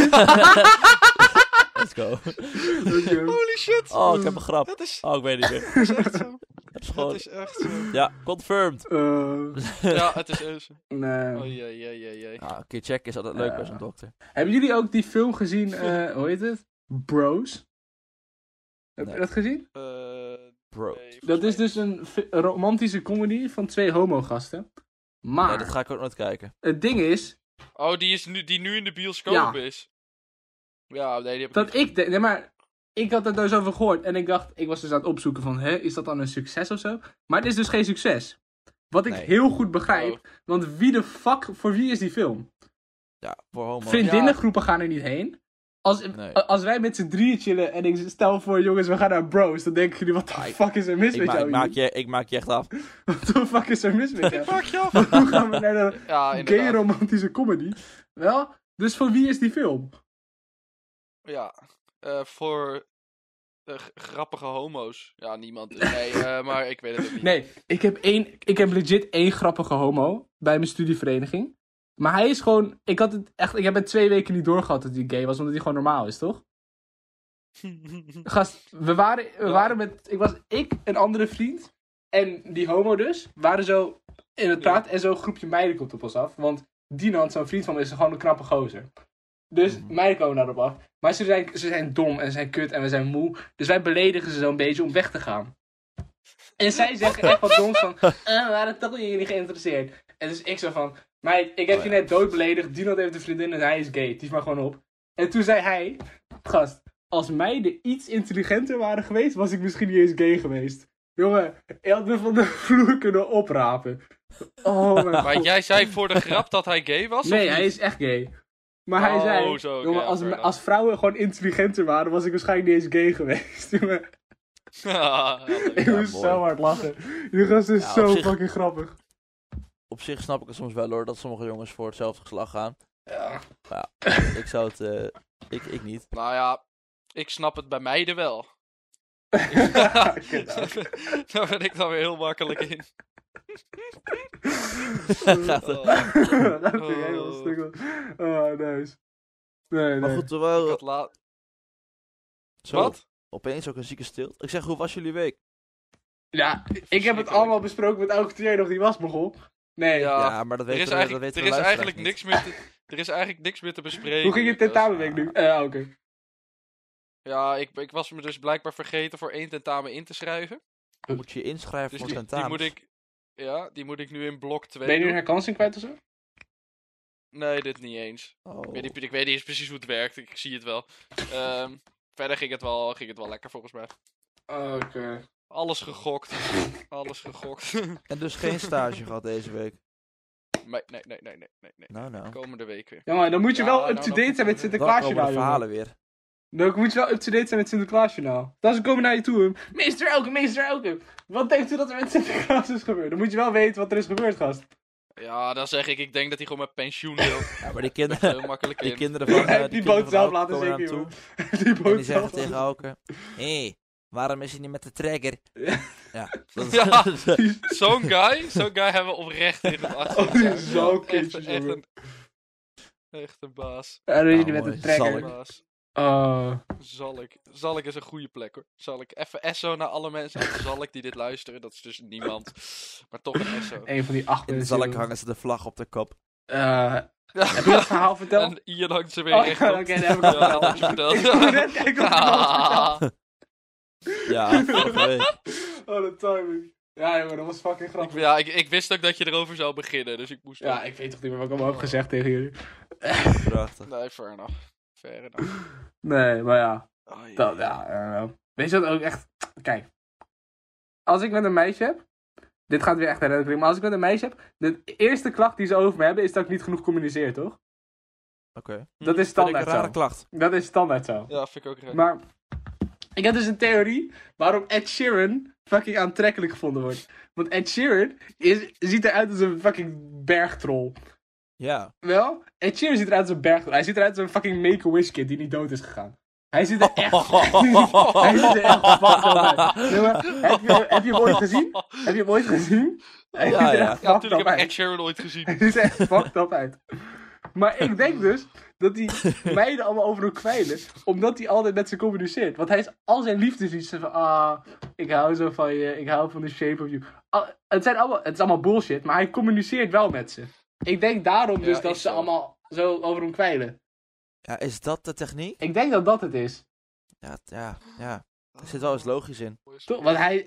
[SPEAKER 3] Let's go.
[SPEAKER 2] Let's go.
[SPEAKER 4] Holy shit.
[SPEAKER 3] Oh, ik heb een grap.
[SPEAKER 4] Dat is,
[SPEAKER 3] Oh, ik weet niet meer.
[SPEAKER 4] dat is echt zo.
[SPEAKER 3] Dat is
[SPEAKER 4] Dat
[SPEAKER 3] gewoon...
[SPEAKER 4] is echt zo.
[SPEAKER 3] Ja, confirmed.
[SPEAKER 4] Ja, het is echt zo.
[SPEAKER 2] Nee.
[SPEAKER 4] Oh jee, jee, jee, jee.
[SPEAKER 3] Ja, een keer checken is altijd leuk bij zo'n dokter.
[SPEAKER 2] Hebben jullie ook die film gezien, hoe heet het? Bros? Heb je
[SPEAKER 3] Nee.
[SPEAKER 2] dat gezien?
[SPEAKER 3] Bro.
[SPEAKER 4] Nee,
[SPEAKER 2] Dat
[SPEAKER 4] volgens
[SPEAKER 2] is dus een romantische comedy van 2 homogasten. Maar
[SPEAKER 3] Nee, dat ga ik ook nooit kijken.
[SPEAKER 2] het ding is
[SPEAKER 4] mij- Oh, die nu in de bioscoop
[SPEAKER 2] Ja.
[SPEAKER 4] is. Ja, nee, die heb ik
[SPEAKER 2] dat
[SPEAKER 4] niet
[SPEAKER 2] ik nee, maar ik had er dus over gehoord en ik dacht, ik was dus aan het opzoeken van, is dat dan een succes of zo? Maar het is dus geen succes. Wat ik
[SPEAKER 3] Nee.
[SPEAKER 2] heel goed begrijp,
[SPEAKER 4] Oh.
[SPEAKER 2] want wie de fuck, voor wie is die film?
[SPEAKER 3] Ja, voor homo.
[SPEAKER 2] Vriendinnengroepen gaan er niet heen.
[SPEAKER 3] Nee.
[SPEAKER 2] Als wij met z'n drieën chillen en ik stel voor, jongens, we gaan naar bros, dan denken jullie, wat de fuck is er mis met jou?
[SPEAKER 3] Ik maak je echt af.
[SPEAKER 2] Wat de fuck is er mis met jou?
[SPEAKER 4] Fuck je af.
[SPEAKER 2] Hoe gaan we naar de
[SPEAKER 4] Ja,
[SPEAKER 2] gay
[SPEAKER 4] inderdaad.
[SPEAKER 2] romantische comedy? Wel, dus voor wie is die film?
[SPEAKER 4] Ja, voor grappige homo's. Ja, niemand. Nee, maar ik weet het ook niet.
[SPEAKER 2] Nee, ik heb legit 1 grappige homo bij mijn studievereniging. Maar hij is gewoon, ik heb het 2 weken niet doorgehad dat hij gay was, omdat hij gewoon normaal is, toch? Gast, we waren met, ik, een andere vriend en die homo dus, waren zo in het praten en zo'n groepje meiden komt op ons af. Want Dinant, zo'n vriend van me, is gewoon een knappe gozer. Dus meiden komen daarop af. Maar ze zijn dom en ze zijn kut en we zijn moe. Dus wij beledigen ze zo'n beetje om weg te gaan. En zij zeggen echt wat doms van, we waren toch in jullie geïnteresseerd. En dus ik zo van, meid, ik heb je net dood beledigd. Dinant heeft een vriendin en hij is gay. Tief maar gewoon op. En toen zei hij, gast, als meiden iets intelligenter waren geweest, was ik misschien niet eens gay geweest. Jongen, je had me van de vloer kunnen oprapen. Oh mijn god.
[SPEAKER 4] Maar jij zei voor de grap dat hij gay was?
[SPEAKER 2] Nee,
[SPEAKER 4] of
[SPEAKER 2] hij
[SPEAKER 4] niet?
[SPEAKER 2] is echt gay. Maar hij
[SPEAKER 4] Oh,
[SPEAKER 2] zei,
[SPEAKER 4] zo, oké,
[SPEAKER 2] jongen,
[SPEAKER 4] ja, fair enough.
[SPEAKER 2] als vrouwen gewoon intelligenter waren, was ik waarschijnlijk niet eens gay geweest. Jongen,
[SPEAKER 4] Ja,
[SPEAKER 2] ik
[SPEAKER 3] Ja,
[SPEAKER 2] moest
[SPEAKER 3] mooi.
[SPEAKER 2] zo hard lachen. Die gast is
[SPEAKER 3] Ja,
[SPEAKER 2] zo
[SPEAKER 3] op zich-
[SPEAKER 2] fucking grappig.
[SPEAKER 3] Op zich snap ik het soms wel hoor, dat sommige jongens voor hetzelfde geslacht gaan.
[SPEAKER 2] Ja.
[SPEAKER 3] Maar ja, ik zou het... Ik niet.
[SPEAKER 4] Nou ja, ik snap het bij meiden wel. Daar ben ik dan weer heel makkelijk in.
[SPEAKER 3] Gaat het.
[SPEAKER 2] Dat vind jij wel een stuk. Oh, nice. Nee,
[SPEAKER 3] Maar
[SPEAKER 2] nee.
[SPEAKER 3] goed, terwijl...
[SPEAKER 4] Ik had laat...
[SPEAKER 3] Zo,
[SPEAKER 4] Wat?
[SPEAKER 3] Opeens ook een zieke stilte. Ik zeg, hoe was jullie week?
[SPEAKER 2] Ja, ik heb het allemaal besproken met elke keer nog die was begon. Nee.
[SPEAKER 4] Ja,
[SPEAKER 3] maar dat
[SPEAKER 4] er
[SPEAKER 3] weten
[SPEAKER 4] is
[SPEAKER 3] we,
[SPEAKER 4] eigenlijk,
[SPEAKER 3] dat weten
[SPEAKER 4] er
[SPEAKER 3] de
[SPEAKER 4] is eigenlijk
[SPEAKER 3] luisteraars
[SPEAKER 4] niks meer te, er is eigenlijk niks meer te bespreken.
[SPEAKER 2] Hoe ging je tentamenweek nu? Oké.
[SPEAKER 4] Ja, ik was me dus blijkbaar vergeten voor 1 tentamen in te schrijven.
[SPEAKER 3] niet. Moet je je inschrijven
[SPEAKER 4] Dus
[SPEAKER 3] voor
[SPEAKER 4] die
[SPEAKER 3] tentamens.
[SPEAKER 4] moet ik nu in blok 2
[SPEAKER 2] Ben je nu een
[SPEAKER 4] doen.
[SPEAKER 2] herkansing kwijt of zo?
[SPEAKER 4] Nee, dit niet eens.
[SPEAKER 3] Oh.
[SPEAKER 4] Ik weet niet eens precies hoe het werkt. Ik zie het wel. Verder ging het wel lekker volgens mij.
[SPEAKER 2] Oké.
[SPEAKER 4] Alles gegokt. Alles gegokt.
[SPEAKER 3] En dus geen stage gehad deze week.
[SPEAKER 4] Nee.
[SPEAKER 3] Nou.
[SPEAKER 4] Komende week weer.
[SPEAKER 2] Jongen, dan moet je
[SPEAKER 4] Ja,
[SPEAKER 2] wel
[SPEAKER 4] nou,
[SPEAKER 2] up-to-date
[SPEAKER 4] dan-
[SPEAKER 2] zijn met
[SPEAKER 3] Dan
[SPEAKER 2] Sinterklaasjournaal,
[SPEAKER 3] komen de verhalen
[SPEAKER 2] jongen.
[SPEAKER 3] weer.
[SPEAKER 2] Dan moet je wel up-to-date zijn met Sinterklaasjournaal. Dan ze komen naar je toe. Meester Elke. Wat denkt u dat er met Sinterklaas is gebeurd? Dan moet je wel weten wat er is gebeurd, gast.
[SPEAKER 4] Ja, dan zeg ik denk dat hij gewoon met pensioen wil.
[SPEAKER 3] Ja, maar die
[SPEAKER 4] Heel
[SPEAKER 3] kinderen...
[SPEAKER 4] makkelijk
[SPEAKER 3] Die
[SPEAKER 4] in.
[SPEAKER 3] kinderen van...
[SPEAKER 2] Hij heeft die boot zelf laten
[SPEAKER 3] komen
[SPEAKER 2] zinken,
[SPEAKER 3] naar hem
[SPEAKER 2] jongen.
[SPEAKER 3] toe.
[SPEAKER 2] Die
[SPEAKER 3] En
[SPEAKER 2] boot
[SPEAKER 3] die zeggen
[SPEAKER 2] zelf.
[SPEAKER 3] tegen Auke... Hé, waarom is hij niet met de trekker? Ja. Dat
[SPEAKER 4] Ja. Zo'n guy hebben we oprecht in het
[SPEAKER 2] Oh,
[SPEAKER 4] achterhoofd.
[SPEAKER 2] die is zo kindjes,
[SPEAKER 4] echt
[SPEAKER 2] jongen.
[SPEAKER 4] echt een baas.
[SPEAKER 2] Ja, dan is
[SPEAKER 3] Nou,
[SPEAKER 2] hij met
[SPEAKER 3] mooi.
[SPEAKER 2] de trekker.
[SPEAKER 3] Zal
[SPEAKER 4] Baas.
[SPEAKER 2] Oh.
[SPEAKER 4] Zalk is een goede plek hoor. Zalk. Even Esso naar alle mensen uit Zalk die dit luisteren. Dat is dus niemand. Maar toch een Esso.
[SPEAKER 2] Een van die 8
[SPEAKER 3] In
[SPEAKER 2] mensen.
[SPEAKER 3] Zalk hangen ze de vlag op de kop.
[SPEAKER 2] Heb je dat verhaal verteld?
[SPEAKER 4] En Ian hangt ze weer
[SPEAKER 2] Oh,
[SPEAKER 4] rechtop.
[SPEAKER 2] oké, dat heb ik al
[SPEAKER 4] Ja, dat
[SPEAKER 2] verteld.
[SPEAKER 4] heb je verteld.
[SPEAKER 2] Ik moet net kijken of ik het al verteld.
[SPEAKER 3] Ja, vorige week.
[SPEAKER 2] Oh, de timing. Ja, jongen, dat was fucking grappig.
[SPEAKER 4] Ja, ik wist ook dat je erover zou beginnen, dus ik moest...
[SPEAKER 2] Ja, ik weet toch niet meer wat ik allemaal heb gezegd tegen jullie.
[SPEAKER 3] Prachtig.
[SPEAKER 4] Nee, fair enough. Fair enough.
[SPEAKER 2] Nee, maar ja.
[SPEAKER 4] Oh, jee.
[SPEAKER 2] Dat, ja, weet je wat ook echt... Kijk. Als ik met een meisje heb... Dit gaat weer echt herinneren, maar als ik met een meisje heb... De eerste klacht die ze over me hebben is dat ik niet genoeg communiceer, toch?
[SPEAKER 3] Oké.
[SPEAKER 2] Dat is
[SPEAKER 3] Vind ik een
[SPEAKER 2] standaard
[SPEAKER 3] rare
[SPEAKER 2] zo.
[SPEAKER 3] klacht.
[SPEAKER 2] Dat is standaard zo.
[SPEAKER 4] Ja, vind ik ook raar.
[SPEAKER 2] Maar... Ik heb dus een theorie waarom Ed Sheeran fucking aantrekkelijk gevonden wordt. Want Ed Sheeran ziet eruit als een fucking bergtroll.
[SPEAKER 3] Ja.
[SPEAKER 2] Wel, Ed Sheeran ziet eruit als een bergtroll. Hij ziet eruit als een fucking Make-A-Wish kid die niet dood is gegaan. Hij ziet er echt... Hij ziet er echt fucked up uit. Jongen, heb je hem ooit gezien? Heb je hem ooit gezien? Hij ziet er
[SPEAKER 3] ja.
[SPEAKER 2] echt
[SPEAKER 4] Ja,
[SPEAKER 2] fucked
[SPEAKER 4] natuurlijk
[SPEAKER 2] up
[SPEAKER 4] heb ik Ed
[SPEAKER 2] uit.
[SPEAKER 4] Sheeran ooit gezien.
[SPEAKER 2] Hij ziet er echt fucked up uit. Maar ik denk dus dat die meiden allemaal over hem kwijlen, omdat hij altijd met ze communiceert. Want hij is al zijn liefdesliedjes van, ik hou zo van je, ik hou van the shape of you. Het is allemaal bullshit, maar hij communiceert wel met ze. Ik denk daarom dus
[SPEAKER 4] Ja,
[SPEAKER 2] dat
[SPEAKER 4] is
[SPEAKER 2] ze
[SPEAKER 4] zo.
[SPEAKER 2] allemaal zo over hem kwijlen.
[SPEAKER 3] Ja, is dat de techniek?
[SPEAKER 2] Ik denk dat dat het is.
[SPEAKER 3] Ja. Er zit wel eens logisch in.
[SPEAKER 2] Toch? Want hij...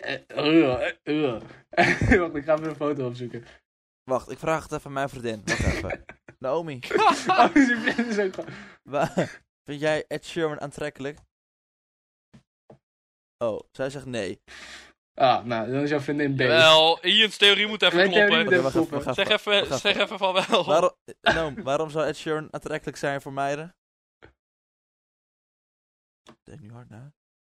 [SPEAKER 2] Wacht, ik ga even een foto opzoeken.
[SPEAKER 3] Wacht, ik vraag het even aan mijn vriendin. Wacht even. Naomi,
[SPEAKER 2] Oh, zijn vriend is ook gewoon...
[SPEAKER 3] vind jij Ed Sheeran aantrekkelijk? Oh, zij zegt nee.
[SPEAKER 2] Ah, nou, dan is jouw vriendin bezig.
[SPEAKER 4] Wel, Ian's theorie moet even
[SPEAKER 2] Mijn theorie
[SPEAKER 4] kloppen.
[SPEAKER 2] moet even
[SPEAKER 3] Wacht even,
[SPEAKER 2] kloppen.
[SPEAKER 3] wacht even.
[SPEAKER 4] Zeg even van wel.
[SPEAKER 3] Waarom zou Ed Sheeran aantrekkelijk zijn voor meiden? denk nu hard na.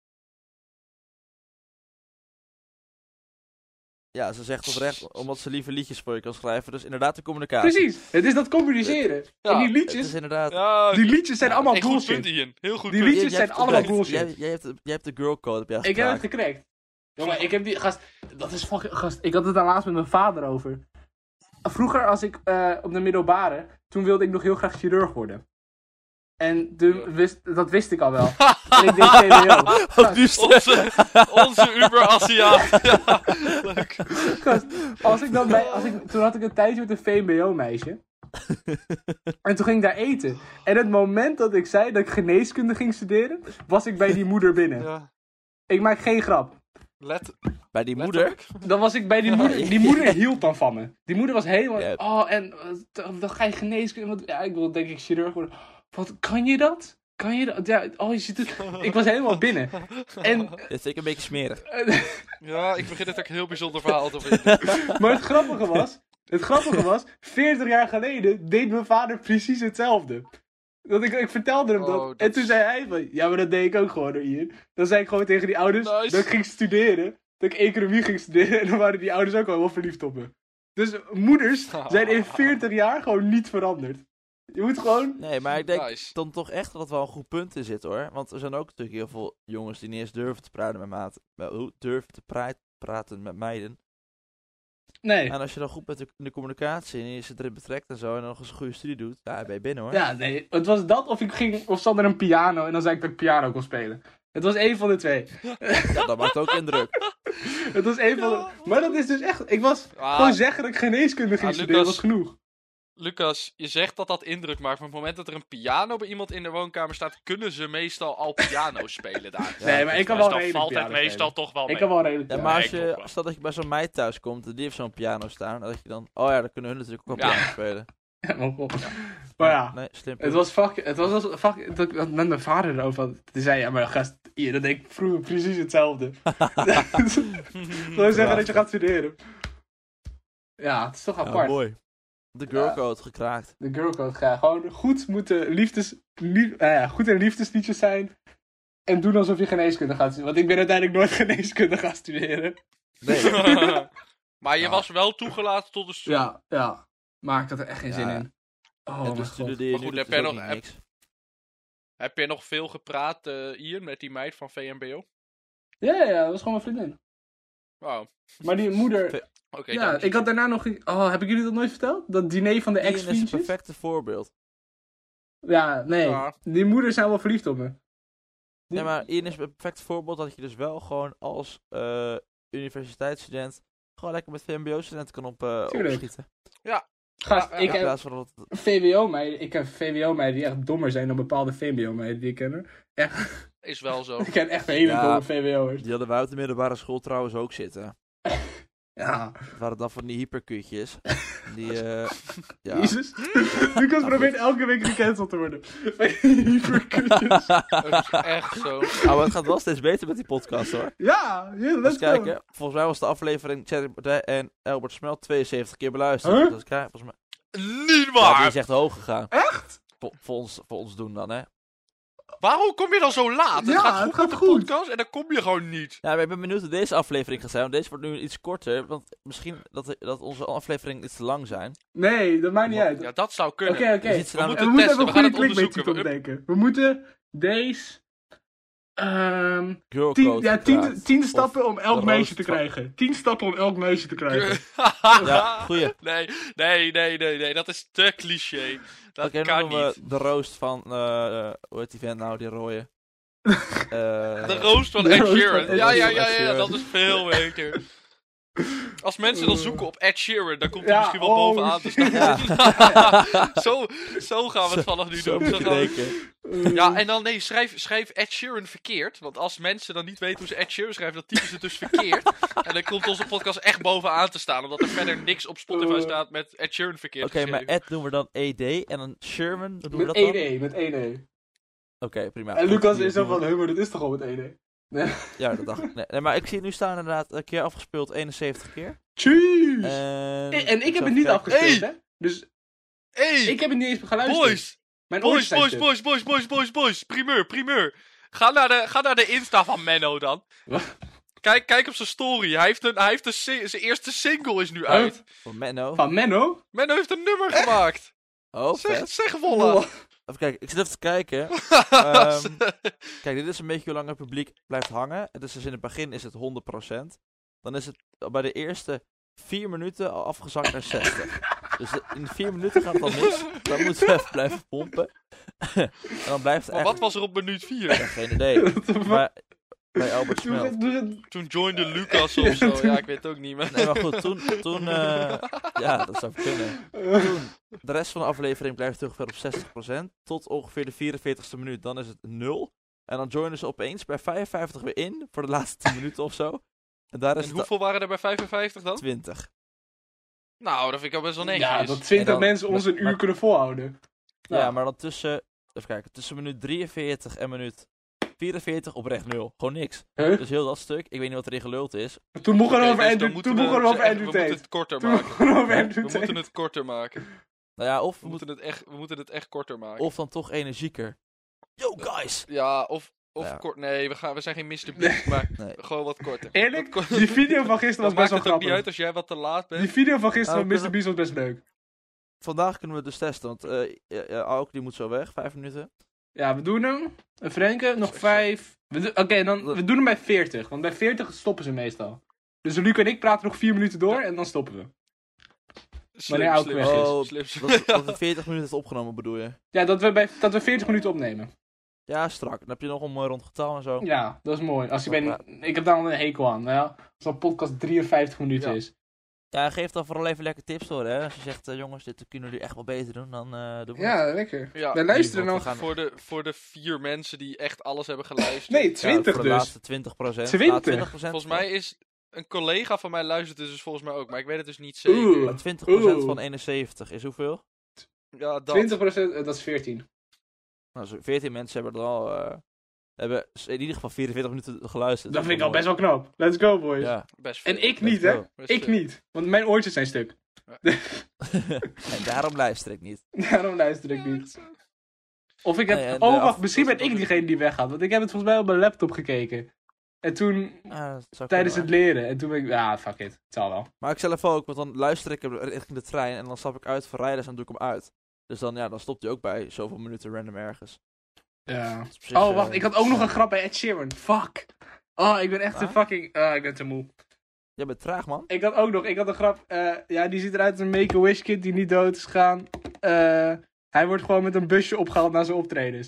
[SPEAKER 3] Ja, ze zegt oprecht omdat ze liever liedjes voor je kan schrijven. Dus inderdaad de communicatie.
[SPEAKER 2] Precies, het is dat communiceren.
[SPEAKER 4] Ja,
[SPEAKER 2] en die
[SPEAKER 3] Het is
[SPEAKER 2] liedjes,
[SPEAKER 3] inderdaad...
[SPEAKER 4] Ja,
[SPEAKER 2] die liedjes zijn allemaal
[SPEAKER 4] goed punt,
[SPEAKER 2] bullshit.
[SPEAKER 4] Ian. Heel goed
[SPEAKER 2] Die
[SPEAKER 4] punt.
[SPEAKER 2] liedjes zijn allemaal bullshit.
[SPEAKER 3] Jij hebt de girl code op jou
[SPEAKER 2] Ik heb het
[SPEAKER 3] gekraakt.
[SPEAKER 2] gecrackt. Jongen, ik heb die... Gast, dat is fucking... Gast, ik had het daar laatst met mijn vader over. Vroeger, als ik op de middelbare... Toen wilde ik nog heel graag chirurg worden. En dat wist ik al wel. En ik deed VWO.
[SPEAKER 3] Wat nu
[SPEAKER 4] Onze Uber-Aziat. Ja, leuk.
[SPEAKER 2] Gast, toen had ik een tijdje met een VMBO-meisje. En toen ging ik daar eten. En het moment dat ik zei dat ik geneeskunde ging studeren... was ik bij die moeder binnen.
[SPEAKER 4] Ja.
[SPEAKER 2] Ik maak geen grap.
[SPEAKER 3] Bij die moeder?
[SPEAKER 2] Dan was ik bij die moeder. Die moeder hield dan van me. Die moeder was helemaal...
[SPEAKER 3] Ja.
[SPEAKER 2] Oh, en dan ga je geneeskunde... Ja, ik wil denk ik chirurg worden. Wat, kan je dat? Kan je dat? Ja, oh, je ziet het... Ik was helemaal binnen. En...
[SPEAKER 3] Dit vind ik een beetje smerig.
[SPEAKER 4] Ja, ik begin het ook een heel bijzonder verhaal te vinden.
[SPEAKER 2] Maar het grappige was... 40 jaar geleden deed mijn vader precies hetzelfde. Dat ik vertelde hem dat.
[SPEAKER 4] Oh, dat
[SPEAKER 2] En toen
[SPEAKER 4] is-
[SPEAKER 2] zei hij van... Ja, maar dat deed ik ook gewoon door hier. Dan zei ik gewoon tegen die ouders...
[SPEAKER 4] Nice.
[SPEAKER 2] Dat ik ging studeren. Dat ik economie ging studeren. En dan waren die ouders ook al wel verliefd op me. Dus moeders zijn in 40 jaar gewoon niet veranderd. Je moet gewoon...
[SPEAKER 3] Nee, maar ik denk
[SPEAKER 4] Nice.
[SPEAKER 3] dan toch echt dat er wel een goed punt in zit hoor. Want er zijn ook natuurlijk heel veel jongens die niet eens durven te praten met maten. Durven te praten met meiden.
[SPEAKER 2] Nee.
[SPEAKER 3] En als je dan goed bent in de communicatie en je zit erin betrekt en zo en dan nog eens een goede studie doet, ja, ben je binnen hoor.
[SPEAKER 2] Ja, nee. Het was dat of zat er een piano en dan zei ik dat ik piano kon spelen. Het was één van de twee.
[SPEAKER 3] Ja, dat maakt ook indruk.
[SPEAKER 2] Het was één van de... Maar dat is dus echt... Ik was... Gewoon zeggen dat ik geneeskunde ging studeren
[SPEAKER 4] Lucas,
[SPEAKER 2] was genoeg.
[SPEAKER 4] Lucas, je zegt dat dat indruk maakt, maar op het moment dat er een piano bij iemand in de woonkamer staat, kunnen ze meestal al piano spelen daar.
[SPEAKER 3] Ja,
[SPEAKER 2] Nee, maar ik kan
[SPEAKER 4] Dus
[SPEAKER 2] wel
[SPEAKER 4] dan
[SPEAKER 2] redelijk
[SPEAKER 4] valt het
[SPEAKER 2] piano
[SPEAKER 4] meestal
[SPEAKER 2] spelen.
[SPEAKER 4] toch wel
[SPEAKER 2] Ik
[SPEAKER 4] mee.
[SPEAKER 2] kan wel redelijk
[SPEAKER 3] Ja,
[SPEAKER 2] piano.
[SPEAKER 3] maar
[SPEAKER 4] Nee,
[SPEAKER 3] als
[SPEAKER 4] klopt
[SPEAKER 3] je,
[SPEAKER 4] wel.
[SPEAKER 3] stel dat je bij zo'n meid thuis komt en die heeft zo'n piano staan, dan dat je dan, oh ja, dan kunnen hun natuurlijk ook wel
[SPEAKER 4] Ja.
[SPEAKER 3] piano spelen.
[SPEAKER 2] Maar ja,
[SPEAKER 3] Nee, slim.
[SPEAKER 2] het was fucking... Dat ik met mijn vader erover had. Toen zei ja, maar gast, hier, dat deed ik vroeger precies hetzelfde. Gewoon zeggen dat je gaat studeren. Ja, het is toch
[SPEAKER 3] Ja,
[SPEAKER 2] apart.
[SPEAKER 3] mooi. De girlcode gekraakt.
[SPEAKER 2] De girlcode graag. Gewoon goed moeten goed in liefdesliedjes zijn. En doen alsof je geneeskunde gaat studeren. Want ik ben uiteindelijk nooit geneeskunde gaan studeren.
[SPEAKER 3] Nee.
[SPEAKER 4] Maar je
[SPEAKER 3] Ja.
[SPEAKER 4] was wel toegelaten tot de studie.
[SPEAKER 2] Ja. Maar ik had er echt geen zin
[SPEAKER 3] Ja.
[SPEAKER 2] in. Oh,
[SPEAKER 3] En
[SPEAKER 2] mijn
[SPEAKER 3] de
[SPEAKER 2] god.
[SPEAKER 3] studie die je
[SPEAKER 4] Maar
[SPEAKER 3] nu
[SPEAKER 4] goed,
[SPEAKER 3] doet
[SPEAKER 4] heb
[SPEAKER 3] is
[SPEAKER 4] jij
[SPEAKER 3] ook
[SPEAKER 4] nog-
[SPEAKER 3] niet niks.
[SPEAKER 4] Heb je nog veel gepraat, Ian, met die meid van VMBO?
[SPEAKER 2] Ja, dat was gewoon mijn vriendin.
[SPEAKER 4] Wauw.
[SPEAKER 2] Maar die moeder...
[SPEAKER 4] Oké,
[SPEAKER 2] ja,
[SPEAKER 4] dan-
[SPEAKER 2] ik had daarna nog... Oh, heb ik jullie dat nooit verteld? Dat diner van de
[SPEAKER 3] Ian is het
[SPEAKER 2] ex-vriendjes?
[SPEAKER 3] perfecte voorbeeld.
[SPEAKER 2] Ja, nee.
[SPEAKER 4] Ja.
[SPEAKER 2] Die moeders zijn wel verliefd op me.
[SPEAKER 3] Nee, maar Ian is het perfecte voorbeeld dat je dus wel gewoon als universiteitsstudent gewoon lekker met VMBO-studenten kan opschieten.
[SPEAKER 2] Gast,
[SPEAKER 4] Ja,
[SPEAKER 2] ik
[SPEAKER 3] In
[SPEAKER 2] heb
[SPEAKER 3] plaats van dat...
[SPEAKER 2] VWO-meiden die echt dommer zijn dan bepaalde VMBO-meiden die ik ken. Echt,
[SPEAKER 4] Is wel zo.
[SPEAKER 2] ik ken echt hele
[SPEAKER 3] Ja.
[SPEAKER 2] domme VWO'ers.
[SPEAKER 3] Die hadden wij op de middelbare school trouwens ook zitten.
[SPEAKER 2] Ja,
[SPEAKER 3] Dat waren dan van die hyperkutjes. Die, ja.
[SPEAKER 2] Jezus. Lucas probeert elke week gecanceld te worden. Hyperkutjes.
[SPEAKER 4] Dat is echt zo.
[SPEAKER 3] Maar het gaat wel steeds beter met die podcast hoor.
[SPEAKER 2] Ja,
[SPEAKER 3] Eens
[SPEAKER 2] let's go.
[SPEAKER 3] kijken. Volgens mij was de aflevering Thierry Baudet en Albert Smelt 72 keer beluisterd.
[SPEAKER 2] Huh?
[SPEAKER 3] Dus volgens mij...
[SPEAKER 4] Niet
[SPEAKER 3] Ja,
[SPEAKER 4] waar!
[SPEAKER 3] die is echt hoog gegaan.
[SPEAKER 2] Echt?
[SPEAKER 3] Voor ons doen dan, hè.
[SPEAKER 4] Waarom kom je dan zo laat?
[SPEAKER 2] Ja,
[SPEAKER 4] het gaat
[SPEAKER 2] het
[SPEAKER 4] goed
[SPEAKER 2] gaat
[SPEAKER 4] met de
[SPEAKER 2] goed.
[SPEAKER 4] podcast en dan kom je gewoon niet.
[SPEAKER 3] Ja, maar ik ben benieuwd hoe deze aflevering gaat zijn. Want deze wordt nu iets korter. Want misschien dat onze afleveringen iets te lang zijn.
[SPEAKER 2] Nee, dat maakt niet uit.
[SPEAKER 4] Ja, dat zou
[SPEAKER 2] Oké,
[SPEAKER 4] kunnen.
[SPEAKER 2] oké.
[SPEAKER 3] Je ziet ze
[SPEAKER 4] We
[SPEAKER 3] namelijk-
[SPEAKER 2] En we
[SPEAKER 4] moeten
[SPEAKER 2] moeten
[SPEAKER 4] testen,
[SPEAKER 2] even een
[SPEAKER 4] we gaan
[SPEAKER 2] goede
[SPEAKER 4] het
[SPEAKER 2] clickbait titel
[SPEAKER 4] onderzoeken.
[SPEAKER 2] bedenken. We moeten deze...
[SPEAKER 3] Girlcode.
[SPEAKER 2] 10 stappen om elk
[SPEAKER 3] De
[SPEAKER 2] meisje te
[SPEAKER 3] roost van-
[SPEAKER 2] krijgen. 10 stappen om elk meisje te krijgen.
[SPEAKER 3] Ja, goeie.
[SPEAKER 4] Nee, dat is te cliché. Dat
[SPEAKER 3] Oké, dan
[SPEAKER 4] kan
[SPEAKER 3] doen we
[SPEAKER 4] niet.
[SPEAKER 3] de roost van... hoe heet die vent nou, die rode?
[SPEAKER 4] De roost van
[SPEAKER 2] de
[SPEAKER 4] Ed
[SPEAKER 2] roost van
[SPEAKER 4] Sheeran.
[SPEAKER 2] Ed
[SPEAKER 4] Ja,
[SPEAKER 3] Sheeran.
[SPEAKER 4] dat is veel beter. Als mensen dan zoeken op Ed Sheeran, dan komt hij
[SPEAKER 2] Ja,
[SPEAKER 4] misschien wel
[SPEAKER 2] oh,
[SPEAKER 4] bovenaan te
[SPEAKER 2] shit.
[SPEAKER 4] staan. Zo gaan we het vanaf nu
[SPEAKER 3] Zo
[SPEAKER 4] doen.
[SPEAKER 3] moet
[SPEAKER 4] Zo
[SPEAKER 3] je
[SPEAKER 4] gaan we-
[SPEAKER 3] denken.
[SPEAKER 4] Ja, en dan nee, schrijf Ed Sheeran verkeerd. Want als mensen dan niet weten hoe ze Ed Sheeran schrijven, dan typen ze het dus verkeerd. En dan komt onze podcast echt bovenaan te staan. Omdat er verder niks op Spotify staat met Ed Sheeran verkeerd
[SPEAKER 3] Oké, maar
[SPEAKER 4] geschreven.
[SPEAKER 3] Ed doen we dan ED en dan Sherman, hoe doen we
[SPEAKER 2] Met
[SPEAKER 3] dat dan?
[SPEAKER 2] 1E, met 1E.
[SPEAKER 3] Oké, prima.
[SPEAKER 2] En Lucas
[SPEAKER 3] Die
[SPEAKER 2] is zo
[SPEAKER 3] doen we-
[SPEAKER 2] van, maar dat is toch al met 1E?
[SPEAKER 3] Ja, dat dacht ik. Nee, maar ik zie het nu staan inderdaad een keer afgespeeld, 71 keer.
[SPEAKER 2] Tjus! En ik heb het niet afgespeeld, hè? Dus
[SPEAKER 4] Hey,
[SPEAKER 2] ik heb het niet eens geluisterd.
[SPEAKER 4] boys!
[SPEAKER 2] Mijn oortjes zijn stuk.
[SPEAKER 4] Boys! Primeur! Ga naar de Insta van Menno dan.
[SPEAKER 2] Wat?
[SPEAKER 4] Kijk op zijn story. Hij heeft zijn eerste single is nu uit.
[SPEAKER 3] Van Menno.
[SPEAKER 2] Van Menno?
[SPEAKER 4] Menno heeft een nummer gemaakt.
[SPEAKER 3] Oh, vet.
[SPEAKER 4] Zeg Wolla.
[SPEAKER 3] Even kijken, ik zit even te kijken. Kijk, dit is een beetje hoe lang het publiek blijft hangen. Het is dus in het begin is het 100%. Dan is het bij de eerste 4 minuten al afgezakt naar 60. Dus in 4 minuten gaat het al mis. Dan moeten we even blijven pompen. En dan blijft het
[SPEAKER 4] Maar
[SPEAKER 3] echt...
[SPEAKER 4] wat was er op minuut 4?
[SPEAKER 3] Ja, geen idee. Maar bij Albert Smelt.
[SPEAKER 4] Toen joinde Lucas of zo. Ja, ik weet het ook niet meer.
[SPEAKER 3] Nee, maar goed, toen ja, dat zou kunnen. Toen, de rest van de aflevering blijft ongeveer op 60%. Tot ongeveer de 44ste minuut. Dan is het 0. En dan joinen ze opeens bij 55 weer in. Voor de laatste 10 minuten of zo. En daar is
[SPEAKER 4] En
[SPEAKER 3] het
[SPEAKER 4] hoeveel waren er bij 55 dan?
[SPEAKER 3] 20.
[SPEAKER 4] Nou, dat vind ik al best wel netjes.
[SPEAKER 2] Ja, dat 20
[SPEAKER 3] En dan-
[SPEAKER 2] mensen ons een uur
[SPEAKER 3] maar-
[SPEAKER 2] kunnen volhouden.
[SPEAKER 3] Ja, maar dan tussen... Even kijken. Tussen minuut 43 en minuut 44 oprecht 0. Gewoon niks.
[SPEAKER 2] Huh?
[SPEAKER 3] Dus heel dat stuk. Ik weet niet wat erin geluld is.
[SPEAKER 2] Toen mochten we
[SPEAKER 4] Oké,
[SPEAKER 2] over
[SPEAKER 4] dus
[SPEAKER 2] Andrew
[SPEAKER 4] dan moeten
[SPEAKER 2] Tate.
[SPEAKER 4] we moeten het korter
[SPEAKER 2] Toen
[SPEAKER 4] maken.
[SPEAKER 2] mochten we over
[SPEAKER 3] Ja,
[SPEAKER 2] Andrew
[SPEAKER 4] We moeten
[SPEAKER 2] Tate.
[SPEAKER 4] het korter maken.
[SPEAKER 3] Nou ja, of,
[SPEAKER 4] We moeten het echt korter maken.
[SPEAKER 3] of dan toch energieker. Yo, guys!
[SPEAKER 4] Ja, of
[SPEAKER 3] Ja.
[SPEAKER 4] kort. Nee, we zijn geen Mr. Beast, maar
[SPEAKER 3] Nee.
[SPEAKER 4] gewoon wat korter.
[SPEAKER 2] Eerlijk,
[SPEAKER 4] Wat kort-
[SPEAKER 2] die video van gisteren
[SPEAKER 4] Dan
[SPEAKER 2] was best
[SPEAKER 4] maakt
[SPEAKER 2] wel
[SPEAKER 4] het ook niet uit
[SPEAKER 2] grappig.
[SPEAKER 4] als jij wat te laat bent.
[SPEAKER 2] Die video van gisteren
[SPEAKER 3] Nou,
[SPEAKER 2] van Mr. Beast was best leuk.
[SPEAKER 3] Vandaag kunnen we het dus testen, want Auk die moet zo weg, 5 minuten.
[SPEAKER 2] Ja, we doen hem. Frenke, nog 5. Oké, dan we doen hem bij 40. Want bij 40 stoppen ze meestal. Dus Luc en ik praten nog 4 minuten door en dan stoppen we. wanneer Auke weg is.
[SPEAKER 3] Oh,
[SPEAKER 4] Slim.
[SPEAKER 3] Dat we 40 minuten heeft opgenomen bedoel je?
[SPEAKER 2] Ja, dat we 40 minuten opnemen.
[SPEAKER 3] Ja, strak. Dan heb je nog een mooi rond getal en zo.
[SPEAKER 2] Ja, dat is mooi. Ik heb daar al een hekel aan. Nou ja, als een podcast 53 minuten
[SPEAKER 4] Ja.
[SPEAKER 2] is.
[SPEAKER 3] Ja, geef dan vooral even lekker tips door, hè. Als je zegt, jongens, dit kunnen jullie echt wel beter doen, dan doen we het.
[SPEAKER 2] Ja, lekker.
[SPEAKER 4] Ja,
[SPEAKER 2] Wij luisteren
[SPEAKER 3] we
[SPEAKER 2] nog.
[SPEAKER 3] gaan-
[SPEAKER 4] voor de 4 mensen die echt alles hebben geluisterd.
[SPEAKER 2] Nee,
[SPEAKER 3] Ja,
[SPEAKER 2] 20
[SPEAKER 3] voor de
[SPEAKER 2] dus.
[SPEAKER 3] laatste 20%.
[SPEAKER 2] 20?
[SPEAKER 3] Ah, 20%.
[SPEAKER 4] Volgens mij is een collega van mij luistert dus volgens mij ook, maar ik weet het dus niet zeker.
[SPEAKER 2] Oeh.
[SPEAKER 3] Maar 20%
[SPEAKER 2] Oeh.
[SPEAKER 3] van 71 is hoeveel?
[SPEAKER 4] Ja, dat.
[SPEAKER 2] 20%, dat is 14.
[SPEAKER 3] Nou, zo 14 mensen hebben er al... hebben in ieder geval 44 minuten geluisterd.
[SPEAKER 2] Dat vind ik al best wel knap. Let's go, boys.
[SPEAKER 3] Ja.
[SPEAKER 4] Best veel.
[SPEAKER 2] En ik
[SPEAKER 3] Let's
[SPEAKER 2] niet, hè?
[SPEAKER 3] go.
[SPEAKER 4] Best
[SPEAKER 2] Ik
[SPEAKER 4] veel.
[SPEAKER 2] niet. Want mijn oortjes zijn stuk.
[SPEAKER 3] En daarom luister ik niet.
[SPEAKER 2] Daarom luister ik niet. Of ik heb...
[SPEAKER 3] Nee, en
[SPEAKER 2] oh,
[SPEAKER 3] de
[SPEAKER 2] wacht. Misschien ben
[SPEAKER 4] dat is
[SPEAKER 2] ik diegene die weggaat. Want ik heb het volgens mij op mijn laptop gekeken. En toen...
[SPEAKER 3] Ah, dat zou
[SPEAKER 2] Tijdens
[SPEAKER 3] kunnen,
[SPEAKER 2] het leren. En toen ben ik... Ja, fuck it. Het zal wel.
[SPEAKER 3] Maar ik zelf ook, want dan luister ik richting de trein en dan stap ik uit voor rijders en dan doe ik hem uit. Dus dan stopt hij ook bij zoveel minuten random ergens.
[SPEAKER 2] Ja.
[SPEAKER 3] Dat is op zich,
[SPEAKER 2] Oh, wacht. Ik had ook nog een grap bij Ed Sheeran. Fuck. Oh, ik ben echt een
[SPEAKER 3] Ah?
[SPEAKER 2] fucking... ik ben te moe.
[SPEAKER 3] Jij bent traag, man.
[SPEAKER 2] Ik had een grap. Ja, die ziet eruit als een Make-A-Wish kid die niet dood is gegaan. Hij wordt gewoon met een busje opgehaald naar zijn optredens.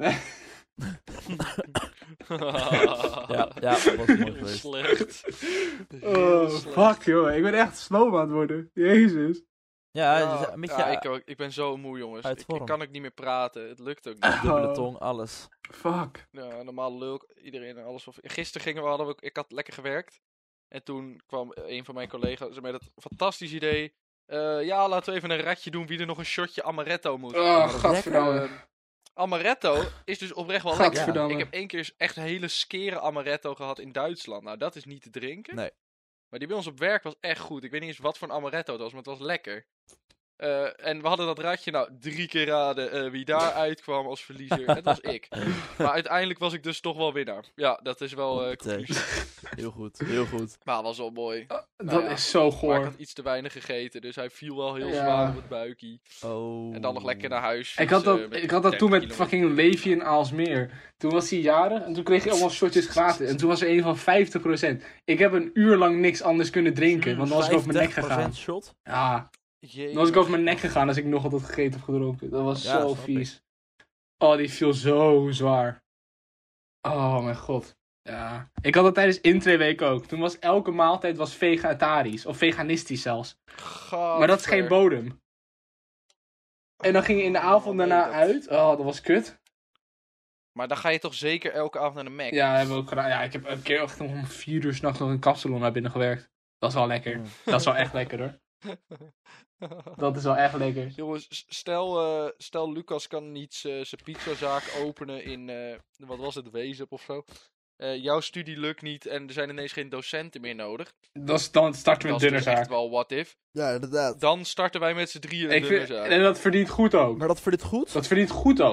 [SPEAKER 3] Ja, dat was mooi geweest.
[SPEAKER 4] Slecht.
[SPEAKER 2] Oh, fuck joh. Ik ben echt slow aan het worden. Jezus.
[SPEAKER 3] Ja,
[SPEAKER 4] Ja,
[SPEAKER 3] het is een beetje
[SPEAKER 4] ja, ik ook. Ik ben zo moe, jongens.
[SPEAKER 3] uit
[SPEAKER 4] Ik
[SPEAKER 3] vorm.
[SPEAKER 4] kan ook niet meer praten. Het lukt ook niet.
[SPEAKER 3] dubbele
[SPEAKER 2] Oh.
[SPEAKER 3] tong, alles.
[SPEAKER 2] Fuck.
[SPEAKER 4] Ja, normaal lul ik iedereen en alles. Gisteren ik had lekker gewerkt. En toen kwam een van mijn collega's met het fantastisch idee. Ja, laten we even een ratje doen wie er nog een shotje amaretto moet.
[SPEAKER 2] Oh, gadverdamme.
[SPEAKER 4] Amaretto is dus oprecht wel lekker.
[SPEAKER 2] Gadverdamme.
[SPEAKER 4] Ik heb 1 keer echt een hele skere amaretto gehad in Duitsland. Nou, dat is niet te drinken.
[SPEAKER 3] Nee.
[SPEAKER 4] Maar die bij ons op werk was echt goed. Ik weet niet eens wat voor een amaretto het was, maar het was lekker. En we hadden dat ratje, nou, 3 keer raden wie daar uitkwam als verliezer. Het was ik. Maar uiteindelijk was ik dus toch wel winnaar. Ja, dat is wel conclusie.
[SPEAKER 3] Heel goed, heel goed.
[SPEAKER 4] Maar het was wel mooi.
[SPEAKER 2] Dat
[SPEAKER 4] ja.
[SPEAKER 2] is zo
[SPEAKER 4] Maar ik
[SPEAKER 2] goor.
[SPEAKER 4] had iets te weinig gegeten, dus hij viel wel heel
[SPEAKER 2] Ja.
[SPEAKER 4] zwaar op het buikie.
[SPEAKER 3] Oh.
[SPEAKER 4] En dan nog lekker naar huis
[SPEAKER 2] Ik had
[SPEAKER 4] fietsen
[SPEAKER 2] dat, ik had dat toen
[SPEAKER 4] 30
[SPEAKER 2] met
[SPEAKER 4] kilometer.
[SPEAKER 2] fucking Levi in Aalsmeer. Toen was hij jarig en toen kreeg hij allemaal shotjes gratis. En toen was er een van 50%. Ik heb een uur lang niks anders kunnen drinken, want dan was ik over mijn nek
[SPEAKER 3] 50%
[SPEAKER 2] gegaan.
[SPEAKER 3] shot?
[SPEAKER 2] Ja,
[SPEAKER 4] Jee,
[SPEAKER 2] dan was ik over mijn nek gegaan als ik nog wat had gegeten of gedronken. Dat was
[SPEAKER 3] Ja,
[SPEAKER 2] zo
[SPEAKER 3] snap
[SPEAKER 2] vies. Oh, die viel zo zwaar. Oh mijn god. Ja. Ik had dat tijdens in 2 weken ook. Toen was elke maaltijd was vegetarisch. Of veganistisch zelfs. Maar dat is geen bodem. En dan ging je in de avond
[SPEAKER 4] nee,
[SPEAKER 2] daarna
[SPEAKER 4] dat-
[SPEAKER 2] uit. Oh, dat was kut.
[SPEAKER 4] Maar dan ga je toch zeker elke avond naar de Mac?
[SPEAKER 2] Ja, hebben we ook gedaan. Ja, ik heb een keer echt om 4 uur 's nachts nog een kapsalon naar binnen gewerkt. Dat is wel lekker. Dat is wel echt lekker hoor. Dat is wel echt lekker.
[SPEAKER 4] Jongens, stel Lucas kan niet zijn pizzazaak openen in, wat was het, Wezep of zo. Jouw studie lukt niet en er zijn ineens geen docenten meer nodig.
[SPEAKER 2] Dan starten we
[SPEAKER 4] Dat
[SPEAKER 2] een
[SPEAKER 4] is dus echt
[SPEAKER 2] dunnerzaak.
[SPEAKER 4] wel what if.
[SPEAKER 3] Ja, inderdaad.
[SPEAKER 4] Dan starten wij met z'n drieën een
[SPEAKER 2] Ik vind,
[SPEAKER 4] dunnerzaak.
[SPEAKER 2] en dat verdient goed ook.
[SPEAKER 3] Maar dat voor dit goed?
[SPEAKER 2] Dat verdient goed ook.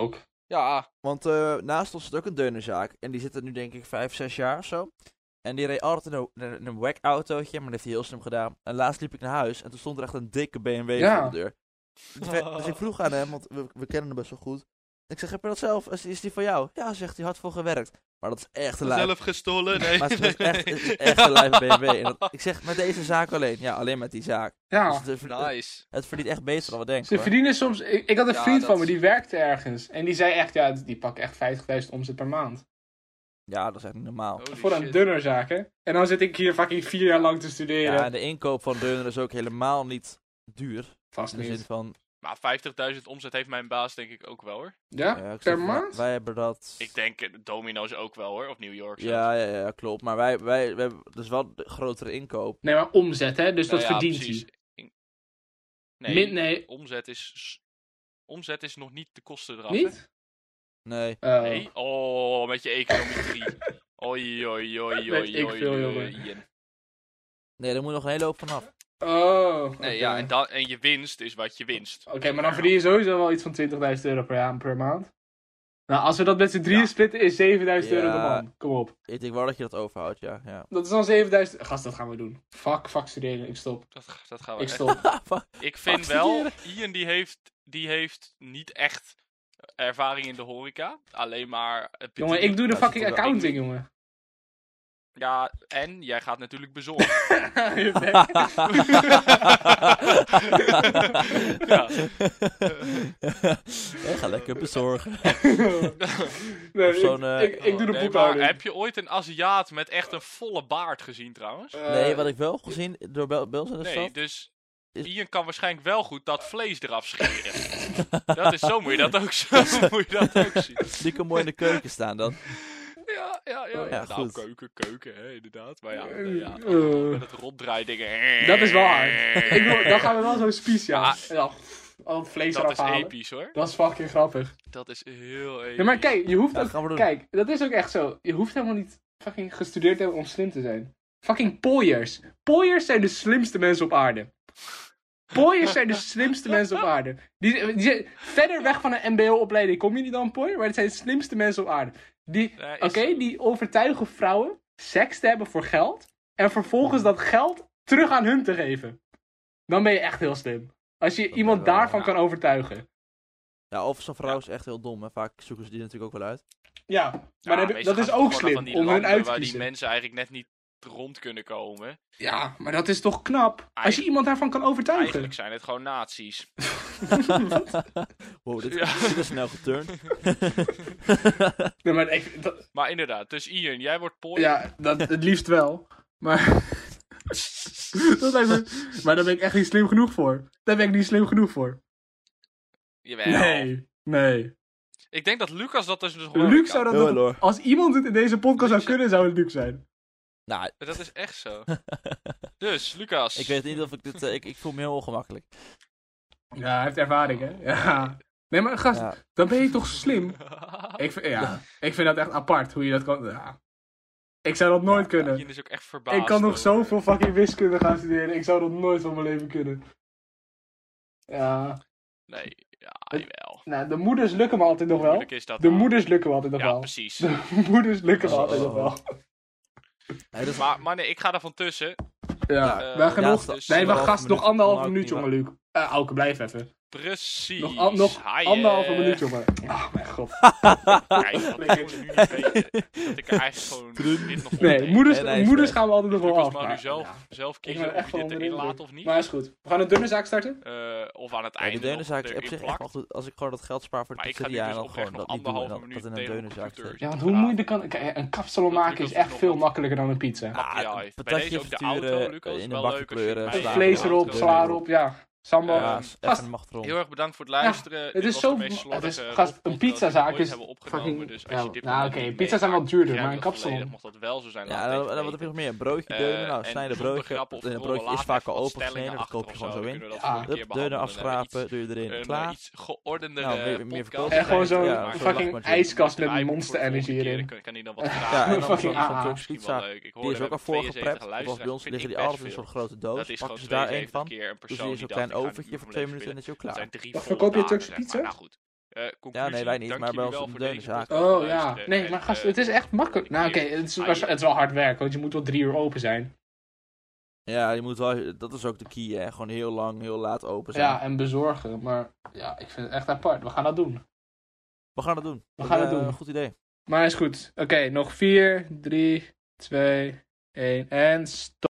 [SPEAKER 4] Ja,
[SPEAKER 3] Want naast ons zit ook een deunerzaak. En die zit er nu denk ik 5, 6 jaar of zo. En die reed altijd in een wack autootje, maar dat heeft hij heel slim gedaan. En laatst liep ik naar huis en toen stond er echt een dikke BMW
[SPEAKER 2] Ja.
[SPEAKER 3] voor de deur. Dus ik vroeg aan hem, want we kennen hem best wel goed. Ik zeg, heb je dat zelf? Is die van jou? Ja, zegt hij, hard voor gewerkt. Maar dat is echt een lijf.
[SPEAKER 4] zelf gestolen. Nee.
[SPEAKER 3] Maar het is echt een lijve BMW. En ik zeg, met deze zaak alleen. Ja, alleen met die zaak.
[SPEAKER 2] Ja.
[SPEAKER 3] Dus
[SPEAKER 4] Nice.
[SPEAKER 3] het verdient echt beter dan we denken.
[SPEAKER 2] Ze
[SPEAKER 3] hoor.
[SPEAKER 2] verdienen soms... Ik had een
[SPEAKER 4] Ja,
[SPEAKER 2] vriend van me,
[SPEAKER 4] dat-
[SPEAKER 2] die werkte ergens. En die zei echt, ja, die pakken echt 50.000 omzet per maand.
[SPEAKER 3] Ja, dat is echt niet normaal.
[SPEAKER 4] Holy
[SPEAKER 2] Voor een
[SPEAKER 4] shit.
[SPEAKER 2] dunnerzaak, hè. En dan zit ik hier fucking 4 jaar lang te studeren.
[SPEAKER 3] Ja, en de inkoop van deuner is ook helemaal niet duur.
[SPEAKER 2] Vast
[SPEAKER 3] In de zin
[SPEAKER 2] niet.
[SPEAKER 3] van...
[SPEAKER 4] Maar 50.000 omzet heeft mijn baas denk ik ook wel hoor.
[SPEAKER 2] Ja?
[SPEAKER 3] ik
[SPEAKER 2] Per
[SPEAKER 3] zeg,
[SPEAKER 2] maand?
[SPEAKER 3] Wij hebben dat...
[SPEAKER 4] Ik denk Domino's ook wel hoor. Of New York zelfs.
[SPEAKER 3] Ja, klopt. Maar wij hebben dus wel de grotere inkoop.
[SPEAKER 2] Nee, maar omzet, hè. Dus
[SPEAKER 4] Nou
[SPEAKER 2] dat
[SPEAKER 4] ja,
[SPEAKER 2] verdient
[SPEAKER 4] precies.
[SPEAKER 2] hij.
[SPEAKER 4] Nee,
[SPEAKER 2] Nee.
[SPEAKER 4] omzet is nog niet de kosten eraf. Hè?
[SPEAKER 2] Niet?
[SPEAKER 3] Nee.
[SPEAKER 4] Nee? Oh, met je econometrie. Oei, oei, oei,
[SPEAKER 2] Weet
[SPEAKER 4] oei,
[SPEAKER 2] ik
[SPEAKER 4] oei,
[SPEAKER 2] veel,
[SPEAKER 4] oei,
[SPEAKER 2] jongen.
[SPEAKER 4] oei.
[SPEAKER 3] Nee, daar moet nog een hele hoop vanaf.
[SPEAKER 2] Oh.
[SPEAKER 4] Nee,
[SPEAKER 2] oké.
[SPEAKER 4] ja, en je winst is wat je winst.
[SPEAKER 2] Oké, maar dan verdien je sowieso wel iets van 20.000 euro per maand. Nou, als we dat met z'n drieën
[SPEAKER 4] Ja.
[SPEAKER 2] splitten, is 7.000 euro de
[SPEAKER 3] Ja.
[SPEAKER 2] man. Kom op.
[SPEAKER 3] Ik denk wel dat je dat overhoudt, ja.
[SPEAKER 2] Dat is dan 7.000... Gast, dat gaan we doen. Fuck studeren. Ik stop.
[SPEAKER 4] Dat gaan we
[SPEAKER 2] Ik
[SPEAKER 4] echt.
[SPEAKER 2] stop.
[SPEAKER 4] Ik vind
[SPEAKER 3] Fuck
[SPEAKER 4] wel, Ian die heeft niet echt ervaring in de horeca. Alleen maar...
[SPEAKER 2] Jongen, ik doe de
[SPEAKER 3] Ja,
[SPEAKER 2] fucking
[SPEAKER 3] zit er wel-
[SPEAKER 2] accounting, jongen.
[SPEAKER 4] Ja, en jij gaat natuurlijk bezorgen.
[SPEAKER 2] Je bek.
[SPEAKER 4] Ja.
[SPEAKER 3] Ja, ga lekker bezorgen.
[SPEAKER 2] Nee,
[SPEAKER 3] Of zo'n,
[SPEAKER 2] ik doe de
[SPEAKER 4] Nee, maar
[SPEAKER 2] boekhouding.
[SPEAKER 4] heb je ooit een Aziat met echt een volle baard gezien trouwens?
[SPEAKER 3] Nee, wat ik wel heb gezien door Bels in de
[SPEAKER 4] Nee,
[SPEAKER 3] stad.
[SPEAKER 4] dus
[SPEAKER 3] Is-
[SPEAKER 4] Ian kan waarschijnlijk wel goed dat vlees eraf scheren. Dat is zo moet je dat ook zo moet je dat ook zien.
[SPEAKER 3] Die kan mooi in de keuken staan dan.
[SPEAKER 4] Ja.
[SPEAKER 3] Ja,
[SPEAKER 4] Nou,
[SPEAKER 3] goed.
[SPEAKER 4] keuken, hè, inderdaad. Maar ja,
[SPEAKER 2] Eh.
[SPEAKER 4] met het ronddraaidingen.
[SPEAKER 2] Dat is wel hard. Dan gaan we wel zo'n spies, ja.
[SPEAKER 4] Ah.
[SPEAKER 2] En dan al het vlees
[SPEAKER 4] Dat
[SPEAKER 2] eraf
[SPEAKER 4] is
[SPEAKER 2] halen.
[SPEAKER 4] episch hoor.
[SPEAKER 2] Dat is fucking grappig.
[SPEAKER 4] Dat is heel episch.
[SPEAKER 2] Ja, maar kijk, je hoeft
[SPEAKER 3] Ja,
[SPEAKER 2] ook...
[SPEAKER 3] gaan we doen.
[SPEAKER 2] Kijk, dat is ook echt zo. Je hoeft helemaal niet fucking gestudeerd te hebben om slim te zijn. Fucking pooiers. Pooiers zijn de slimste mensen op aarde. Pooiers zijn de slimste mensen op aarde. Die zijn verder weg van een mbo-opleiding kom je niet dan pooier, maar het zijn de slimste mensen op aarde. Die overtuigen vrouwen seks te hebben voor geld en vervolgens dat geld terug aan hun te geven. Dan ben je echt heel slim. Als je
[SPEAKER 3] Dat
[SPEAKER 2] iemand
[SPEAKER 3] ben je wel,
[SPEAKER 2] daarvan
[SPEAKER 4] ja.
[SPEAKER 2] kan overtuigen.
[SPEAKER 3] Ja, of zo'n vrouw is echt heel dom. Hè. Vaak zoeken ze die natuurlijk ook wel uit.
[SPEAKER 2] Ja, maar dat
[SPEAKER 4] meestal
[SPEAKER 2] is
[SPEAKER 4] gaan ze
[SPEAKER 2] ook
[SPEAKER 4] gewoon naar
[SPEAKER 2] slim
[SPEAKER 4] van die
[SPEAKER 2] om hun
[SPEAKER 4] landen
[SPEAKER 2] uit te
[SPEAKER 4] waar die
[SPEAKER 2] kiezen.
[SPEAKER 4] mensen eigenlijk net niet rond kunnen komen.
[SPEAKER 2] Ja, maar dat is toch knap? Als je iemand daarvan kan overtuigen.
[SPEAKER 4] Eigenlijk zijn het gewoon nazi's.
[SPEAKER 3] Wow, dit
[SPEAKER 4] Ja.
[SPEAKER 3] is snel geturnd.
[SPEAKER 2] Nee, maar
[SPEAKER 4] Maar inderdaad, dus Ian, jij wordt pooi.
[SPEAKER 2] ja, het liefst wel. Maar... dat lijkt me... Maar daar ben ik echt niet slim genoeg voor. Daar ben ik niet slim genoeg voor.
[SPEAKER 4] Jawel.
[SPEAKER 2] Nee.
[SPEAKER 4] Ik denk dat Lucas dat dus gewoon
[SPEAKER 2] Luc
[SPEAKER 4] kan.
[SPEAKER 2] zou dat
[SPEAKER 3] Heel
[SPEAKER 2] nog...
[SPEAKER 3] hoor.
[SPEAKER 2] Als iemand het in deze podcast zou kunnen, zou het Luc zijn.
[SPEAKER 3] Nou,
[SPEAKER 4] Dat is echt zo. Dus, Lucas.
[SPEAKER 3] ik weet niet of ik dit... ik voel me heel ongemakkelijk.
[SPEAKER 2] Ja, hij heeft ervaring, hè? Ja. Nee, maar gast,
[SPEAKER 3] Ja.
[SPEAKER 2] dan ben je toch slim? Ik vind dat echt apart, hoe je dat kan... Ja. Ik zou dat nooit kunnen.
[SPEAKER 4] Ian is ook echt verbaasd.
[SPEAKER 2] Ik kan nog
[SPEAKER 4] over.
[SPEAKER 2] zoveel fucking wiskunde gaan studeren. Ik zou dat nooit van mijn leven kunnen. Ja.
[SPEAKER 4] Nee, ja, jawel.
[SPEAKER 2] Nou, de moeders lukken me altijd nog wel.
[SPEAKER 4] Moeilijk is dat
[SPEAKER 2] De
[SPEAKER 4] wel.
[SPEAKER 2] moeders lukken me altijd nog
[SPEAKER 4] Ja,
[SPEAKER 2] wel.
[SPEAKER 4] precies.
[SPEAKER 2] De moeders lukken me altijd nog wel.
[SPEAKER 3] Nee, dat is...
[SPEAKER 4] Maar nee, ik ga er van tussen.
[SPEAKER 2] Ja,
[SPEAKER 4] Eh,
[SPEAKER 2] wij gaan
[SPEAKER 3] ja,
[SPEAKER 2] nog...
[SPEAKER 4] dus
[SPEAKER 2] Nee, wacht, gast, nog 1,5
[SPEAKER 3] minuut,
[SPEAKER 2] minuut, jongen, Luc. Auke, blijf even.
[SPEAKER 4] Precies.
[SPEAKER 2] Nog
[SPEAKER 4] Haaien.
[SPEAKER 2] 1,5 minuut, jongen. Oh, mijn god.
[SPEAKER 4] Kijk, dat moet je nu niet weten. Dat ik er eigenlijk gewoon dit nog
[SPEAKER 2] Nee,
[SPEAKER 4] opneem.
[SPEAKER 2] moeders,
[SPEAKER 3] Nee,
[SPEAKER 2] moeders gaan we altijd nog wel
[SPEAKER 4] Lucas
[SPEAKER 2] af.
[SPEAKER 4] mag nu
[SPEAKER 2] maar-
[SPEAKER 4] zelf,
[SPEAKER 2] ja.
[SPEAKER 4] zelf
[SPEAKER 2] Ik ben
[SPEAKER 4] kiezen
[SPEAKER 2] echt
[SPEAKER 4] of
[SPEAKER 2] wel
[SPEAKER 4] je dit
[SPEAKER 2] onder de
[SPEAKER 4] erin
[SPEAKER 2] indruk.
[SPEAKER 4] laat of niet.
[SPEAKER 2] Maar is goed. We gaan een dunne zaak starten.
[SPEAKER 4] Of aan het
[SPEAKER 3] Ja,
[SPEAKER 4] einde
[SPEAKER 3] die deunenzaak
[SPEAKER 4] nog
[SPEAKER 3] op zich
[SPEAKER 4] erin
[SPEAKER 3] echt
[SPEAKER 4] plakt.
[SPEAKER 3] wel goed. Als ik gewoon dat geld spaar voor de
[SPEAKER 4] Maar ik ga nu
[SPEAKER 3] pizzeria en
[SPEAKER 4] dus
[SPEAKER 3] dan
[SPEAKER 4] oprecht
[SPEAKER 3] gewoon
[SPEAKER 4] nog
[SPEAKER 3] dat niet doen en
[SPEAKER 4] anderhalve
[SPEAKER 3] dat
[SPEAKER 4] minuut
[SPEAKER 3] in een
[SPEAKER 4] tegen
[SPEAKER 3] deunenzaak
[SPEAKER 4] computer.
[SPEAKER 3] zit.
[SPEAKER 2] Ja, want hoe moeilijk kan... Kijk, een kapsalon maken is echt veel makkelijker dan een pizza.
[SPEAKER 4] Ja, bij
[SPEAKER 3] patatje
[SPEAKER 4] deze ook de
[SPEAKER 3] frituren,
[SPEAKER 4] auto, Lucas,
[SPEAKER 3] in een
[SPEAKER 4] wel
[SPEAKER 3] bakje
[SPEAKER 4] leuk als je
[SPEAKER 3] kleuren,
[SPEAKER 4] het bij-
[SPEAKER 3] sla
[SPEAKER 2] Vlees
[SPEAKER 3] erop,
[SPEAKER 2] erop,
[SPEAKER 3] deunen
[SPEAKER 2] sla
[SPEAKER 3] erop.
[SPEAKER 2] erop, ja. Sambal.
[SPEAKER 3] Ja,
[SPEAKER 2] Gast,
[SPEAKER 3] even een machtron.
[SPEAKER 4] Heel erg bedankt voor het luisteren.
[SPEAKER 2] het
[SPEAKER 4] Dit
[SPEAKER 2] is
[SPEAKER 4] was
[SPEAKER 2] zo...
[SPEAKER 4] de meest
[SPEAKER 2] Het
[SPEAKER 4] slordige
[SPEAKER 2] is, gast,
[SPEAKER 4] podcast
[SPEAKER 2] een
[SPEAKER 4] die we
[SPEAKER 2] pizzazaak
[SPEAKER 4] ooit
[SPEAKER 2] is
[SPEAKER 4] hebben opgenomen,
[SPEAKER 2] fucking...
[SPEAKER 4] dus als je dit
[SPEAKER 2] nou,
[SPEAKER 4] moment
[SPEAKER 2] oké,
[SPEAKER 4] niet
[SPEAKER 2] pizza's zijn wel
[SPEAKER 4] meemaakt,
[SPEAKER 2] duurder, maar een
[SPEAKER 4] begrijp het
[SPEAKER 2] kapsalon...
[SPEAKER 4] volledig. Mocht dat wel zo zijn,
[SPEAKER 3] Ja,
[SPEAKER 4] laat
[SPEAKER 3] en
[SPEAKER 4] het
[SPEAKER 3] wat
[SPEAKER 4] even
[SPEAKER 3] heb je nog
[SPEAKER 4] weten.
[SPEAKER 3] meer? Broodje deunen. Nou,
[SPEAKER 4] En
[SPEAKER 3] snij de
[SPEAKER 4] zonder
[SPEAKER 3] broodje.
[SPEAKER 4] grap of
[SPEAKER 3] Een
[SPEAKER 4] rollen,
[SPEAKER 3] broodje is
[SPEAKER 4] laat
[SPEAKER 3] vaak
[SPEAKER 4] even
[SPEAKER 3] al
[SPEAKER 4] wat
[SPEAKER 3] opengesneden,
[SPEAKER 4] stellingen
[SPEAKER 3] dat koop je
[SPEAKER 4] achter
[SPEAKER 3] gewoon
[SPEAKER 4] of
[SPEAKER 3] zo
[SPEAKER 4] zo,
[SPEAKER 3] in.
[SPEAKER 4] kunnen we dat
[SPEAKER 2] Ja,
[SPEAKER 4] volgende keer
[SPEAKER 3] Hup, deunen
[SPEAKER 4] behandelen. Dan hebben we
[SPEAKER 3] afschrapen, doe je erin.
[SPEAKER 4] iets-
[SPEAKER 3] Klaar.
[SPEAKER 4] iets geordendere
[SPEAKER 3] Nou, meer
[SPEAKER 4] podcast.
[SPEAKER 3] verkopen.
[SPEAKER 2] En gewoon zo'n
[SPEAKER 3] Ja,
[SPEAKER 2] fucking
[SPEAKER 3] zo'n
[SPEAKER 2] ijskast met
[SPEAKER 4] Draai
[SPEAKER 2] Monster
[SPEAKER 4] voor de
[SPEAKER 2] Energy
[SPEAKER 4] volgende keer,
[SPEAKER 2] erin.
[SPEAKER 4] dan kan hij dan wat
[SPEAKER 3] Ja,
[SPEAKER 4] vragen.
[SPEAKER 3] en dan
[SPEAKER 2] Fucking
[SPEAKER 3] zo'n
[SPEAKER 2] AA.
[SPEAKER 3] Turks pizza. Die is ook al voorgeprept. Zoals bij ons liggen die altijd in zo'n grote doos.
[SPEAKER 4] Dat is
[SPEAKER 3] Pakken
[SPEAKER 4] gewoon
[SPEAKER 3] ze daar één
[SPEAKER 4] 72
[SPEAKER 3] van.
[SPEAKER 4] keer een
[SPEAKER 3] Doe
[SPEAKER 4] persoon
[SPEAKER 3] ze in
[SPEAKER 4] die
[SPEAKER 3] zo'n
[SPEAKER 4] dacht,
[SPEAKER 3] klein
[SPEAKER 4] ik ga
[SPEAKER 3] overtje
[SPEAKER 4] nu
[SPEAKER 3] voor
[SPEAKER 4] mijn
[SPEAKER 3] 2
[SPEAKER 4] leven
[SPEAKER 3] minuten en is je ook
[SPEAKER 4] Dat
[SPEAKER 3] klaar.
[SPEAKER 4] zijn 3
[SPEAKER 2] Wat
[SPEAKER 4] volle
[SPEAKER 2] verkoop je
[SPEAKER 4] dagen,
[SPEAKER 2] Turkse
[SPEAKER 4] zeg maar.
[SPEAKER 2] pizza?
[SPEAKER 4] Nou goed. Conclusie,
[SPEAKER 3] nee, wij niet,
[SPEAKER 4] dank
[SPEAKER 3] maar bij
[SPEAKER 4] jullie
[SPEAKER 3] ons
[SPEAKER 4] wel
[SPEAKER 3] op de
[SPEAKER 4] voor
[SPEAKER 3] deuren
[SPEAKER 4] deze
[SPEAKER 3] zaken.
[SPEAKER 4] podcast
[SPEAKER 2] Oh
[SPEAKER 4] te
[SPEAKER 2] ja.
[SPEAKER 4] luisteren.
[SPEAKER 2] Nee,
[SPEAKER 4] En,
[SPEAKER 2] maar gast, het is echt makkelijk. Nou oké, het is wel hard werken, want je moet wel 3 uur open zijn.
[SPEAKER 3] Ja, je moet wel, dat is ook de key, hè. Gewoon heel lang, heel laat open zijn.
[SPEAKER 2] Ja, en bezorgen. Maar ja, ik vind het echt apart. We gaan dat doen.
[SPEAKER 3] We gaan het doen.
[SPEAKER 2] We gaan het doen.
[SPEAKER 3] Goed idee.
[SPEAKER 2] Maar is goed. Oké, nog 4, 3, 2, 1 en stop.